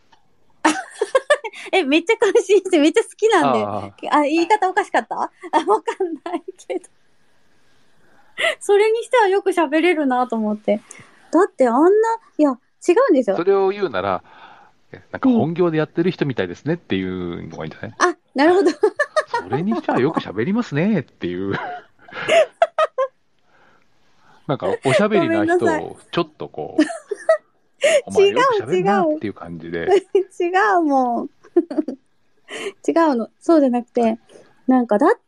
めっちゃ感心して、めっちゃ好きなんで。言い方おかしかった？わかんないけど。それにしてはよく喋れるなと思って。だっていや、違うんですよ。
それを言うなら、なんか本業でやってる人みたいですねっていうのがいいんじゃない？
なるほど。
それにしてはよく喋りますねっていう。なんか、おしゃべりな人をちょっとお前よく喋るなっていう感じで。
違うもん。違うの。そうじゃなくて、なんかだって、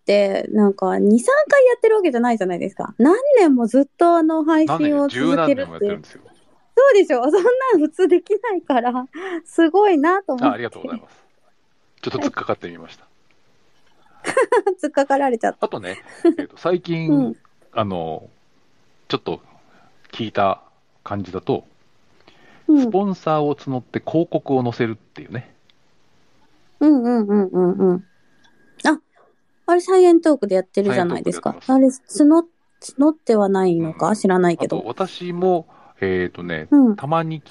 なんか2、3回やってるわけじゃないじゃないですか。何年もずっと配信を続けるって。そうでしょ。そんなの普通できないから、すごいなと思って。
ありがとうございます。ちょっと突っかかってみました。
突っかかられちゃった。
あとね、最近、ちょっと聞いた感じだと、スポンサーを募って広告を載せるっていうね。
あれサイエントークでやってるじゃないですか。あれ募ってはないのか、知らないけど。
あと私も、たまに来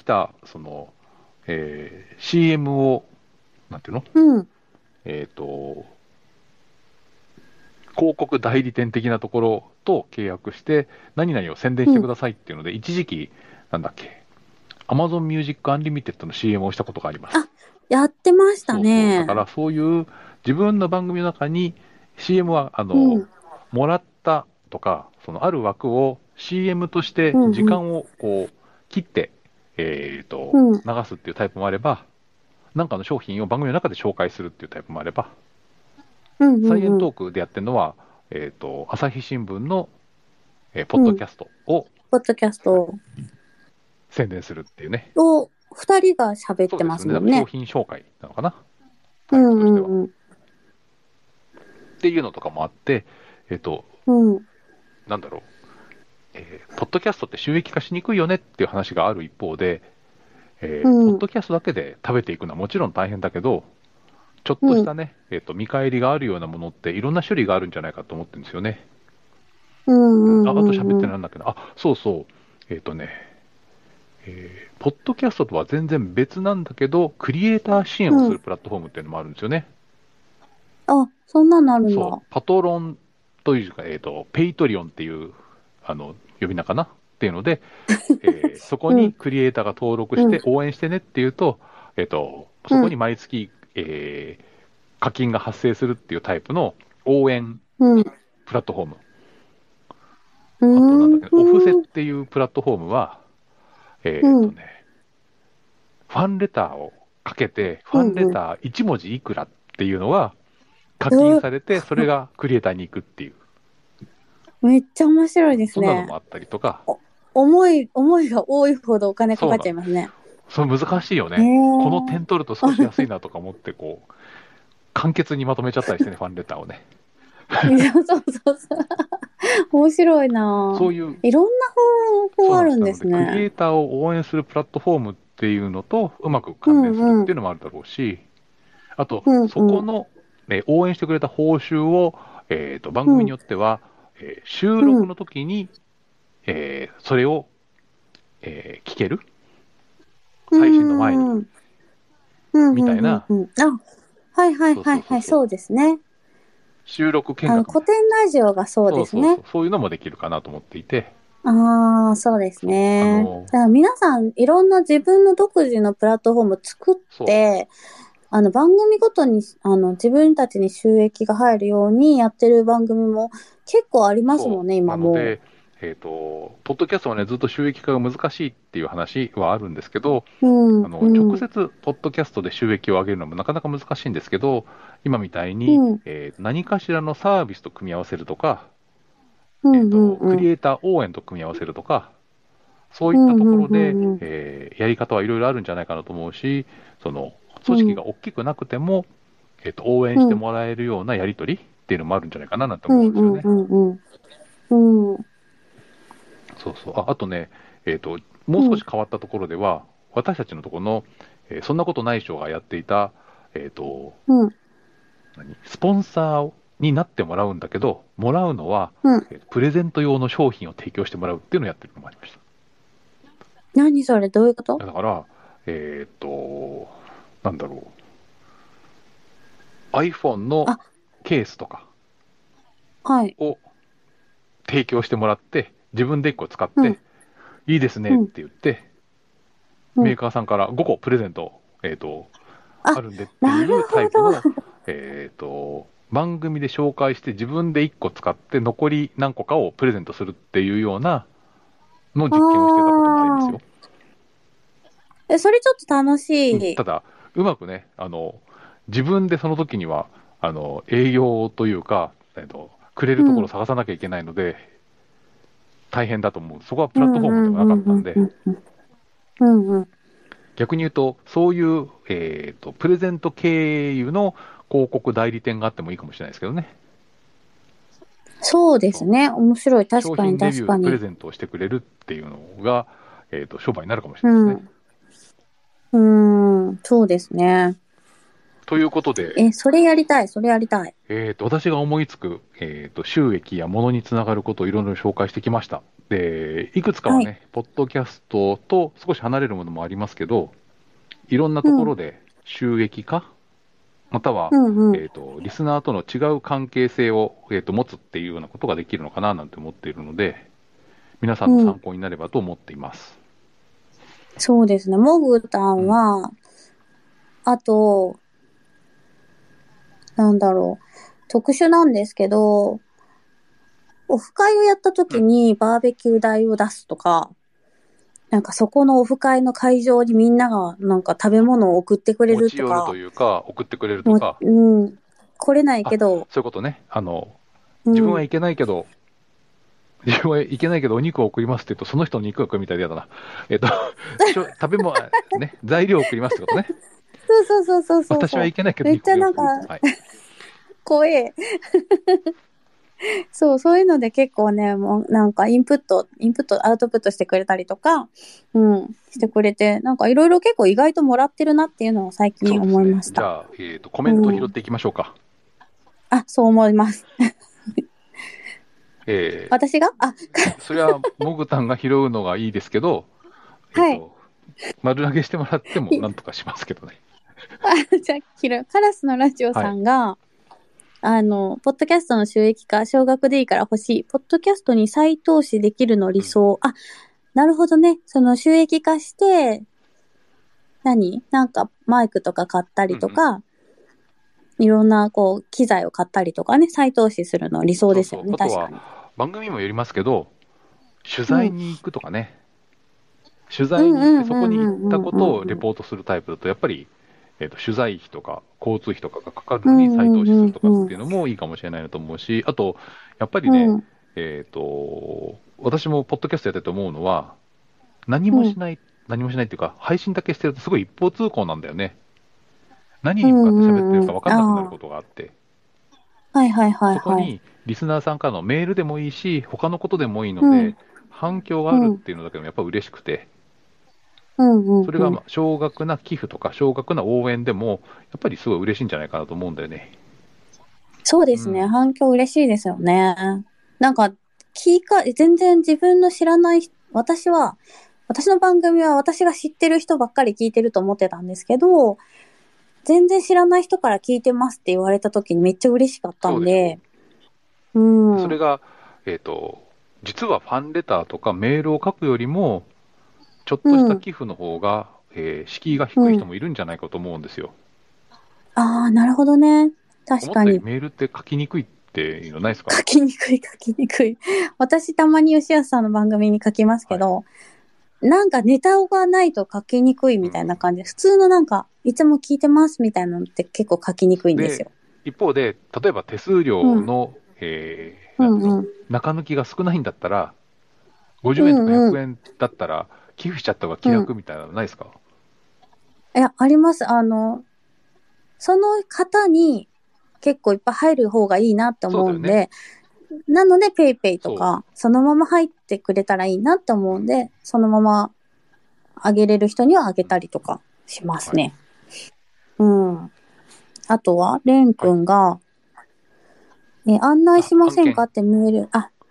た、CM を、なんていうの広告代理店的なところと契約して、何々を宣伝してくださいっていうので、一時期、なんだっけ、Amazon Music Unlimited の CM をしたことがあります。
あ、やってました
そうそう。だ
ね。
からそういう自分の番組の中に CM は、
うん。
もらったとか、そのある枠を CM として
うんうん。
時間をこう切って、
うん。
流すっていうタイプもあれば、なんかの商品を番組の中で紹介するっていうタイプもあれば、
うんう
サイエン
んうん。
トークでやってるのは、朝日新聞の、ポッ
うん。
ドキャストを、
ポッドキャス
はい、
ト
宣伝するっていうね。
を二人が喋ってま
そうですよね。なんか商
すもんね。
品紹介なのかな、タイプ
うん
としては。
うんうん。
っていうのとかもあって、
うん。
なんだろう、ポッドキャストって収益化しにくいよねっていう話がある一方で、
うん。
ポッドキャストだけで食べていくのはもちろん大変だけど、ちょっと
うん。
したね、見返りがあるようなものっていろんな種類があるんじゃないかと思ってるんですよね。
うんう
あと喋っ
んうん
てなんだっけな。あ、そうそう。ポッドキャストとは全然別なんだけど、クリエイター支援を
うん。
するプラットフォームっていうのもあるんですよね。
あ、そんなのあるんだ。
そう、パトロンというか、ペイトリオンっていう、呼び名かなっていうので、そこ
うん。
にクリエイターが登録し
うん。
て応援してねっていうと、そこに
うん。
毎月、課金が発生するっていうタイプの応援
うん。
プラットフォーム。
う
あとなんだっけ、オフセっ
ーん。
ていうプラットフォームは、
うん。
ファンレターをかけて、ファンレ
うん。
ター1文字いくらっていうのが課金
うん。
されて、それがクリエイターに行くっていう、
めっちゃ面白いですね。
そんなのもあったりとか、
思いが多いほどお金かかっ
そうなの。
ちゃいますね。
それ難しいよ
へえ。
ね。この点取ると少し安いなとか思って、こう、簡潔にまとめちゃったりしてね、ファンレターをね。
いや、そうそうそう。面白いなぁ。
そういう、
いろんな方法あるん
そうなんです。なので、クリエ
ですね。
イターを応援するプラットフォームっていうのとうまく
う
関連するっ
んうん。
ていうのもあるだろうし、あと、
うんうん。
そこの、応援してくれた報酬を、番組に
うん
よっては、収
うん。
録の時に、それを、聞ける、
う
配信の前に、
んうん。うんうんうん
みたいな、
うん。あ、はいはい
そう
はいはい。
そうそうそう、
そうですね。
収録見学みたいな、
古典ラジオがそうですね。
そうそうそう、そういうのもできるかなと思っていて、
ああ、そうです
そう、
ね。だから皆さん、いろんな自分の独自のプラットフォームを作っ
そ
て、番組ごとに、自分たちに収益が入るようにやってる番組も結構ありますもんね、
な
今も
ので、ポッドキャストはね、ずっと収益化が難しいっていう話はあるんですけど、
う。うん、
直
うん、
接、ポッドキャストで収益を上げるのもなかなか難しいんですけど、今みたいに、
うん、
何かしらのサービスと組み合わせるとか、
うん、うん、うん、
クリエイター応援と組み合わせるとか、そういった
うん、
と
うん、
ころで、
うん、
やり方はいろいろあるんじゃないかなと思うし、その組織
うん、
が大きくなくても、応援
うん、
してもらえるようなやり取りっていうのもあるんじゃないかななんて
うん、
思うんですよね。
うん、うん、うん、
そうそう。あとね、もう少し変わったところでは、私たちのところの、そんなことない人がやっていた、えっ、と、
うん、
スポンサーになってもらうんだけど、もらうのは、
うん。
プレゼント用の商品を提供してもらうっていうのをやってるのもありまし
何それ、どういうこと？
た。だから、えっ、と、なんだろう、iPhone の
あ、
ケースとか
はい。
を提供してもらって、自分で1個使っ
うん、
て、いいですねって
うん、
言って、
うん。
メーカーさんから5個プレゼント、あ
あ、
るんでってい
なる
うタイプの、
ほど。
番組で紹介して自分で1個使って残り何個かをプレゼントするっていうようなの
あ
実験をしてたこともありますよ。
あ。それちょっと楽し
うん、た
い。
だ、うまくね、自分でその時には、営業というか、くれるところを
うん。
探さなきゃいけないので、大変だと思う。そこはプラット
うん、うん、
フォームではなか
うん、うん、
ったんで、
うん。うん、うん。
逆に言うと、そういう、プレゼント経由の広告代理店があってもいいかもしれないですけどね。
そうです
そう、
ね。面白い。確
商
かに、
品レビューでプレ
確かに。
ゼントをしてくれるっていうのが、商売になるかもしれ
う
ないですね。
ん。そうですね。
ということで、
それやりたい、それやりたい。
私が思いつく、収益や物につながることをいろいろ紹介してきました。で、いくつかは
はい。
ね、ポッドキャストと少し離れるものもありますけど、いろんなとこ
うん、
ろで収益化、 または、
うんうん。
リスナーとの違う関係性を、持つっていうようなことができるのかななんて思っているので、皆さんの
うん。
参考になればと思っています。
そうですね。モグタ
うん。
ンは、あと、なんだろう。特殊なんですけど、オフ会をやった
うん。
時にバーベキュー台を出すとか、なんかそこのオフ会の会場にみんながなんか食べ物を送ってくれ
持ち寄ると
るとか、
いうか、送ってくれると
も
か、
う、うん、来れない
あ、
けど、
そういうことね。
うん。
自分は行けないけど、自分は行けないけどお肉を送りますって言うと、その人の肉が来るみたいでやだな。食べ物、ね、材料を送りますってことね。
そうそうそうそうそうそう。
私は行けないけど
めっ
肉を送ります。
ちゃなんか、
はい。
怖え。そう、そういうので結構ね、もうなんかインプット、アウトプットしてくれたりとか、うん、してくれて、なんかいろいろ結構意外ともらってるなっていうのを最近
そうですね。
思いました。
じゃあ、コメントを
うん。
拾っていきましょうか。
あ、そう思います。
え
私が
それは、モグタンが拾うのがいいですけど、えっ
はい。
と、丸投げしてもらってもなんとかしますけどね。
じゃあ、カラスのラジオ
はい。
さんが、ポッドキャストの収益化、少額でいいから欲しい。ポッドキャストに再投資できるの理
うん。
想。あ、なるほどね。その収益化して、なんかマイクとか買った
うんうん。
りとか、いろんなこう、機材を買ったりとかね、再投資するの理想
そうそう。
ですよね、
あとは、
確かに。
番組もよりますけど、取
うん。
材に行くとかね。取
うんう
材に行って、そこに
んうんう
行った
ん
ことを
うんうん。
レポートするタイプだと、やっぱり、取材費とか交通費とかがかかる
う
のに再投
んうん
資するとかっ
うん
ていうのもいいかもしれないなと思うし、あと、やっぱりね、
うん。
私もポッドキャストやってて思うのは、何
うん。
もしない、何もしないっていうか、配信だけしてるとすごい一方通行なんだよね。何
うん
に向かって喋ってる
うんうん。
か分かんなくなる
あ
ことがあって、
あ。はいはいはいはい。
そこにリスナーさんからのメールでもいいし、他のことでもいいの
うん。
で、反響があるっ
うん。
ていうのだけでもやっぱ嬉しくて、
うんうんうん。
それが少額な寄付とか少額な応援でも、やっぱりすごい嬉しいんじゃないかなと思うんだよね。
そうですね。
うん。
反響嬉しいですよね。なんか、全然自分の知らない私の番組は私が知ってる人ばっかり聞いてると思ってたんですけど、全然知らない人から聞いてますって言われた時にめっちゃ嬉しかった
そうでしょ
んで、うん。うん
それが、えっと、実はファンレターとかメールを書くよりも、ちょっとした
うん。
寄付の方が、敷居が低い人
うん。
もいるんじゃないかと思うんですよ。
ああ、なるほどね。確
思ったより
かに。
メールって書きにくいっていうのないですか？
書きにくい、書きにくい。私たまに吉安さんの番組に書きますけ
はい。
ど、なんかネタがないと書きにくいみたい
うん。
な感じで、普通のなんか、いつも聞いてますみたいなのって結構書きにくいんです
で、
よ。
一方で、例えば手数
うん。
料の、なんていうの、
うんうん。
中抜きが少ないんだったら、
う
50円とか100
んうん。
円だったら、寄付しちゃった方が気
うん。
楽みたいなのないですか？
いや、あります。その方に結構いっぱい入る方がいいなって
そうだよね。
思うんで、なのでペイペイと
そ
か、そのまま入ってくれたらいいなって
う。うん。
思うんで、そのままあげれる人にはあげ
うん。
たりとかしま
はい。
すね。うん。あとは、レン
はい。
君が、案内
あ、
しま
案件。
せんかってメール、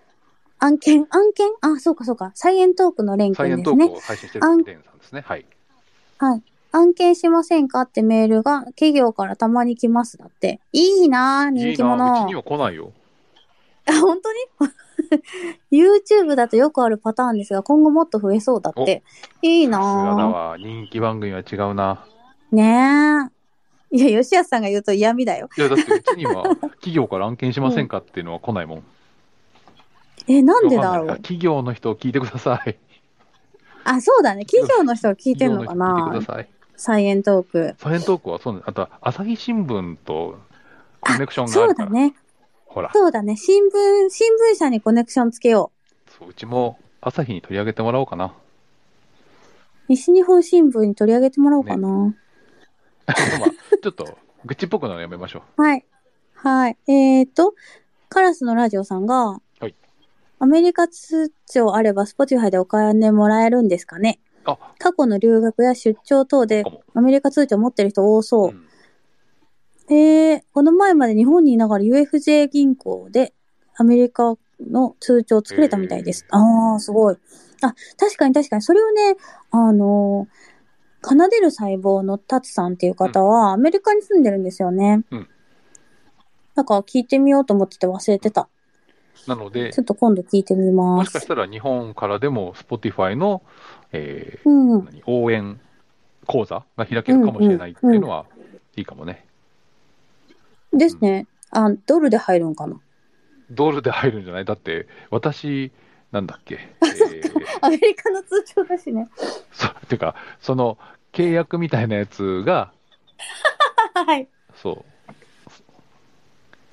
案件そうかそうか。サイエントークのレン
サイエン
君ですね。
トークを配信してる
案、
レンさんですね。はい。
はい。案件しませんかってメールが企業からたまに来ます。だって。いいなぁ、人気
いいな、うちに
者。
は来ないよ。
あ、本当に？YouTube だとよくあるパターンですが、今後もっと増えそうだっ
お、
て。いい
さすがだ
な
わ。人気番組は違うな。
ぁ。ねえ。いや、吉安さんが言うと嫌味だよ。
いや、だってうちには企業から案件しま
うん。
せんかっていうのは来ないもん。
なん
わかんない。あ、
でだろう。
企業の人聞いてください。
あ、そうだね。企業の人が聞い
企業
てんの
の人聞いてく
かな？
ださい。
サイエントーク。
サイエントークはそうね。あとは朝日新聞とコ
あ、
ネクションがあるから。
そうだね。
ほら。
そうだね。新聞社にコネクションつけよ
そう、うちも朝日に取り上げてもらおうかな。
う。西日本新聞に取り上げてもらおうか
ね。
な。
まあ、ちょっと愚痴っぽくなるのやめましょ
はい。はい。カラスのラジオさんが、
う。はい。
アメリカ通帳あれば Spotify でお金もらえるんですかね？
あ、
過去の留学や出張等で
そうかも。
アメリカ通帳持ってる人多そ
うん。
う。この前まで日本にいながら UFJ 銀行でアメリカの通帳を作れたみたいです。
え
ああ、すごい。あ、確かに確かに。それをね、あの奏でる細胞のタツさんっていう方は、アメリカに住んでるんですよね。
うん。
だから聞いてみようと思ってて忘れてた。
なので、
ちょっと今度聞いてみます。
もしかしたら日本からでも Spotify の、応援講座が開けるかもしれないっていうのは、いいかもね。
ですね。ドルで入るんかな。
ドルで入るんじゃない？だって、私、なんだっけ。
アメリカの通帳だしね。
てか、その契約みたいなやつが、
はい。
そう、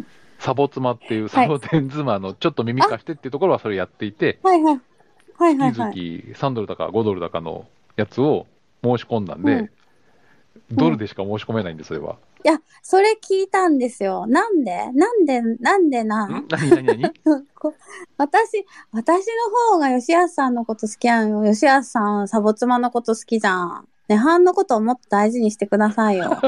サボ妻っていうサボテン妻のちょっと耳貸してっていうところはそれやっていて、
はいはい。はいはい
月
はい。
々3ドルだか5ドルだかのやつを申し込んだんで、ドルでしか申し込めないんで、それは。
いや、それ聞いたんですよ。なんで
何
私の方が吉安さんのこと好きやんよ。吉安さん、サボ妻のこと好きじゃん。涅槃のことをもっと大事にしてくださいよ。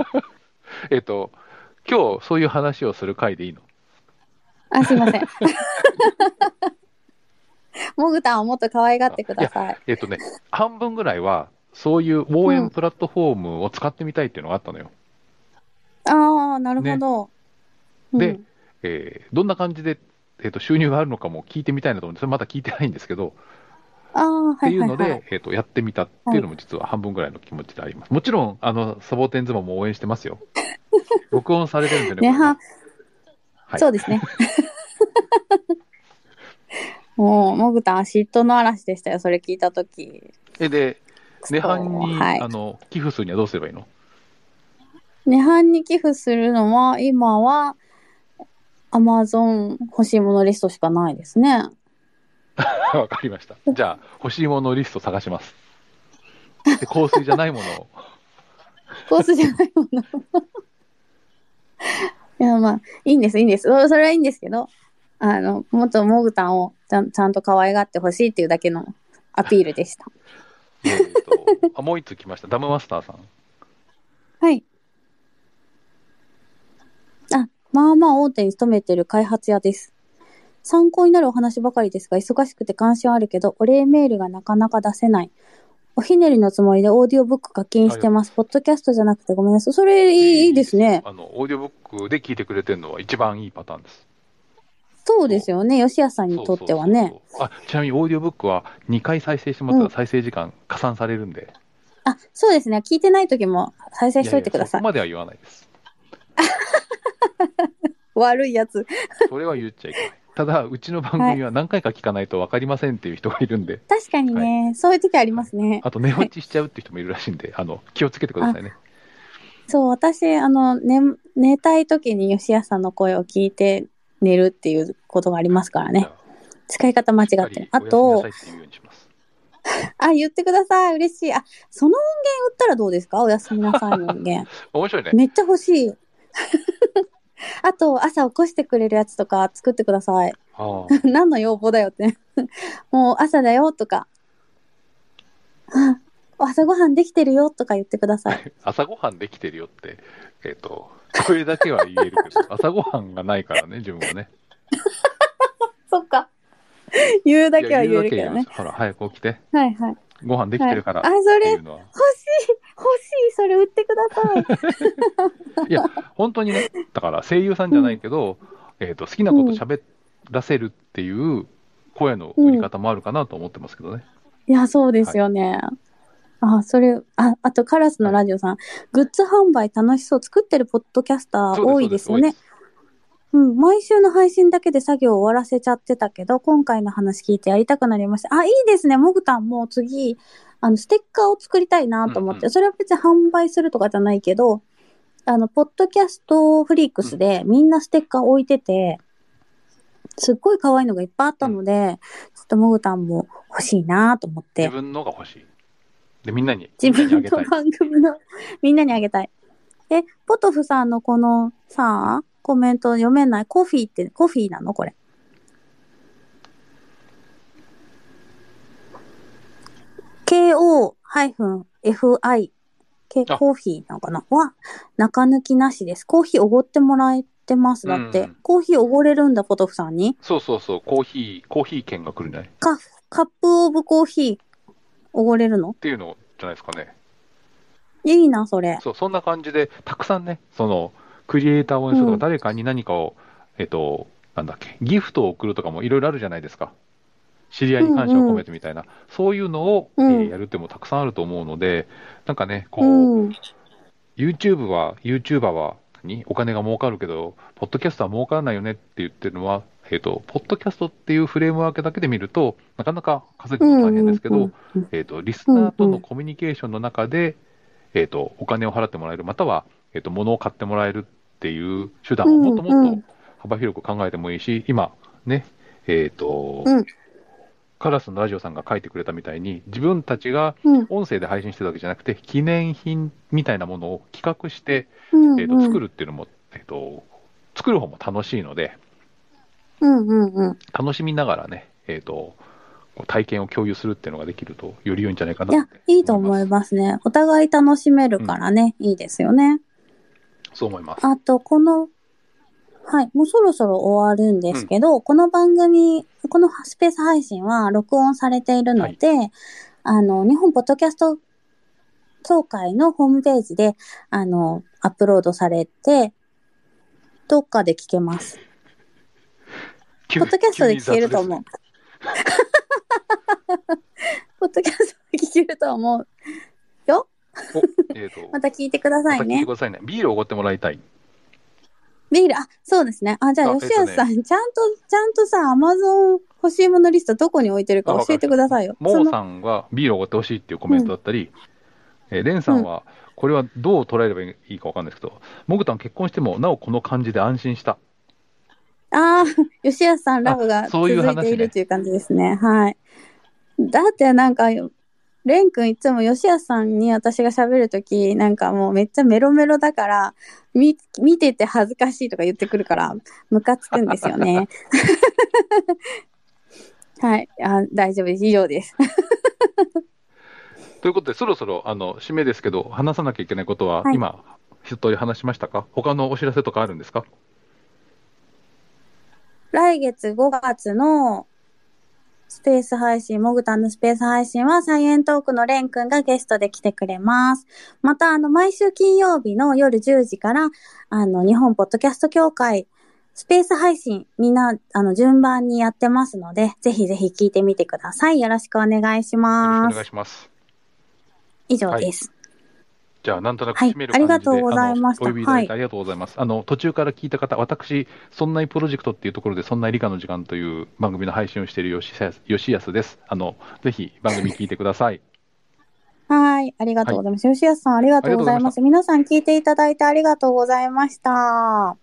今日そういう話をする回でいいの？
すいません。モグタンをもっと可愛がってください。
半分ぐらいは、そういう応援プラットフォームを使ってみたいっていうのがあったのよ。
なるほど。
ね。で、どんな感じで、収入があるのかも聞いてみたいなと思うんで、それまだ聞いてないんですけど、っていうので、やってみたっていうのも実は半分ぐらいの気持ちであります。もちろん、サボテン妻も応援してますよ。録音されてるんでね、これね。
そうですね。もう、モグタン嫉妬の嵐でしたよ、それ聞いたとき。
で、涅槃に、寄付するにはどうすればいいの？
涅槃に寄付するのは、今は、アマゾン欲しいものリストしかないですね。
わかりました。じゃあ、欲しいものリスト探します。で、香水じゃないものを。
香水じゃないもの。いや、まあ、いいんです、いいんです。それはいいんですけど、もっとモグタンをちゃんと可愛がってほしいっていうだけのアピールでした。
もう一つ来ました。ダムマスターさん。
はい。まあまあ大手に勤めてる開発屋です。参考になるお話ばかりですが、忙しくて関心はあるけど、お礼メールがなかなか出せない。おひねりのつもりでオーディオブック課金してます。ポッドキャストじゃなくてごめんなさい。それいいですね。
オーディオブックで聞いてくれてるのは一番いいパターンです。
そうですよね。吉安さんにとってはね。
ちなみにオーディオブックは2回再生してもらったら再生時間加算されるんで。
そうですね。聞いてない時も再生しといてください。
そこまでは言わないです。
悪いやつ。
それは言っちゃいけない。ただ、うちの番組は何回か聞かないと分かりませんっていう人がいるんで。
確かにね、そういう時ありますね。
あと、寝落ちしちゃうって人もいるらしいんで、気をつけてくださいね。
そう、私、寝たい時に吉安さんの声を聞いて寝るっていうことがありますからね。使い方間違ってる。あと、言ってください。嬉しい。その音源売ったらどうですか？おやすみなさいの音源。
面白いね。
めっちゃ欲しい。あと、朝起こしてくれるやつとか作ってください。何の要望だよって。もう朝だよとか。朝ごはんできてるよとか言ってください。
朝ごはんできてるよって、それだけは言えるけど、朝ごはんがないからね、自分はね。
そっか。言うだけは言えるけどね。
ほら、早く起きて。
はいはい。
ご飯できてるからって
それ、
いうのは。
欲しい、それ売ってくだ
さい。いや、本当にね、だから声優さんじゃないけど、好きなこと喋らせるっていう声の売り方もあるかなと思ってますけどね。
いや、そうですよね。あとカラスのラジオさん、グッズ販売楽しそう。作ってるポッドキャスター多いですよね。毎週の配信だけで作業を終わらせちゃってたけど、今回の話聞いてやりたくなりました。いいですね。モグタンも次、ステッカーを作りたいなと思って、それは別に販売するとかじゃないけど、ポッドキャストフリークスでみんなステッカー置いてて、すっごい可愛いのがいっぱいあったので、ちょっとモグタンも欲しいなと思って。
自分のが欲しい。で、みんなに
自分の番組のみんなにあげたい。ポトフさんのこのさ、コメント読めない。コフィーってコフィーなのこれ。KO-FI。コーヒーなのかなは、中抜きなしです。コーヒーおごってもらえてます。だって。コーヒーおごれるんだ、ポトフさんに。
そう。コーヒー券が来るんじゃない？
カップオブコーヒーおごれるの？
っていうのじゃないですかね。
いいな、それ。
そう、そんな感じで、たくさんね、その、クリエイターを応援するとか、
うん。
誰かに何かを、なんだっけ、ギフトを送るとかもいろいろあるじゃないですか。知り合いに感謝を込
うんうん。
めてみたいな、そういうのを、
うん。
やるってもたくさんあると思うので、なんかね、
う
こう、
ん。
YouTuber はお金が儲かるけど、ポッドキャストは儲からないよねって言ってるのは、ポッドキャストっていうフレームワークだけで見ると、なかなか稼ぐの大変
うん。
ですけど、
うん。うん。
リスナーと
うん。
のコミュニケーションの中で、お金を払ってもらえる、または、物を買ってもらえるっていう手段をもっ
うん。
ともっと
うん。
幅広く考えてもいいし、今、ね、えっと、
うん。
カラスのラジオさんが書いてくれたみたいに、自分たちが
うん。
音声で配信してるわけじゃなくて、記念品みたいなものを企画して、
うん。うん。
作るっていうのも、作る方も楽しいので、
うん。うん。
楽しみながらね、体験を共有するっていうのができると、より良いんじゃないか
いや、
なって
いいと思い
思います。
ますね。お互い楽しめる
うん、
からね、いいですよね。
そう思います。
あと、はい、もうそろそろ終わるんで
うん、
すけど、この番組、このスペース配信は録音されている
はい。
ので、日本ポッドキャスト協会のホームページで、アップロードされて、どっかで聞けます。ポッドキャスト
急
で聞け
に雑ですね。
ると思う。ポッドキャストで聞けると思うよ。
お、
また聞いてくだ
また聞いて
さいね。
くださいね。ビールをおごってもらいたい。
ビール、あ、そうですね。あ、じゃあ、
あ、
吉安さん、ちゃんとさ、アマゾン欲しいものリストどこに置いてるか教え
わかりました。
てくださいよ。
モーさんはビールをおごってほしいっていうコメント
うん、
だったり、レンさ
うん。
んは、これはどう捉えればいいかわかんないですけど、モグタン結婚しても、なおこの感じで安心した。
ああ、吉安さんラ
あ、
ブが
そういう
続いてい
話ね。
るという感じですね。はい。だってなんか、レン君いつも吉安さんに私が喋るとき、なんかもうめっちゃメロメロだから、見てて恥ずかしいとか言ってくるから、ムカつくんですよね。はい。大丈夫です。以上です。
ということで、そろそろ締めですけど、話さなきゃいけないことは、
はい。
今、一通り話しましたか？他のお知らせとかあるんですか？
来月5月のスペース配信、モグタンのスペース配信はサイエントークのレン君がゲストで来てくれます。また、毎週金曜日の夜10時から、日本ポッドキャスト協会、スペース配信、みんな、順番にやってますので、ぜひぜひ聞いてみてください。よろしくお願いし
よろしくお
ます。
願いします。
以上
はい。
です。
じゃあ、なんとなく
はい。
締める
ありが
感じで、
とうございました。
お呼びいただ
はい。
いてありがとうございます。途中から聞いた方、私、そんないプロジェクトっていうところで、そんな理科の時間という番組の配信をしている吉安です。ぜひ番組聞いてください。
はい。ありが
はい。
とうございます。吉安さん、ありが
ありがとうございました。
とうございます。皆さん聞いていただいてありがとうございました。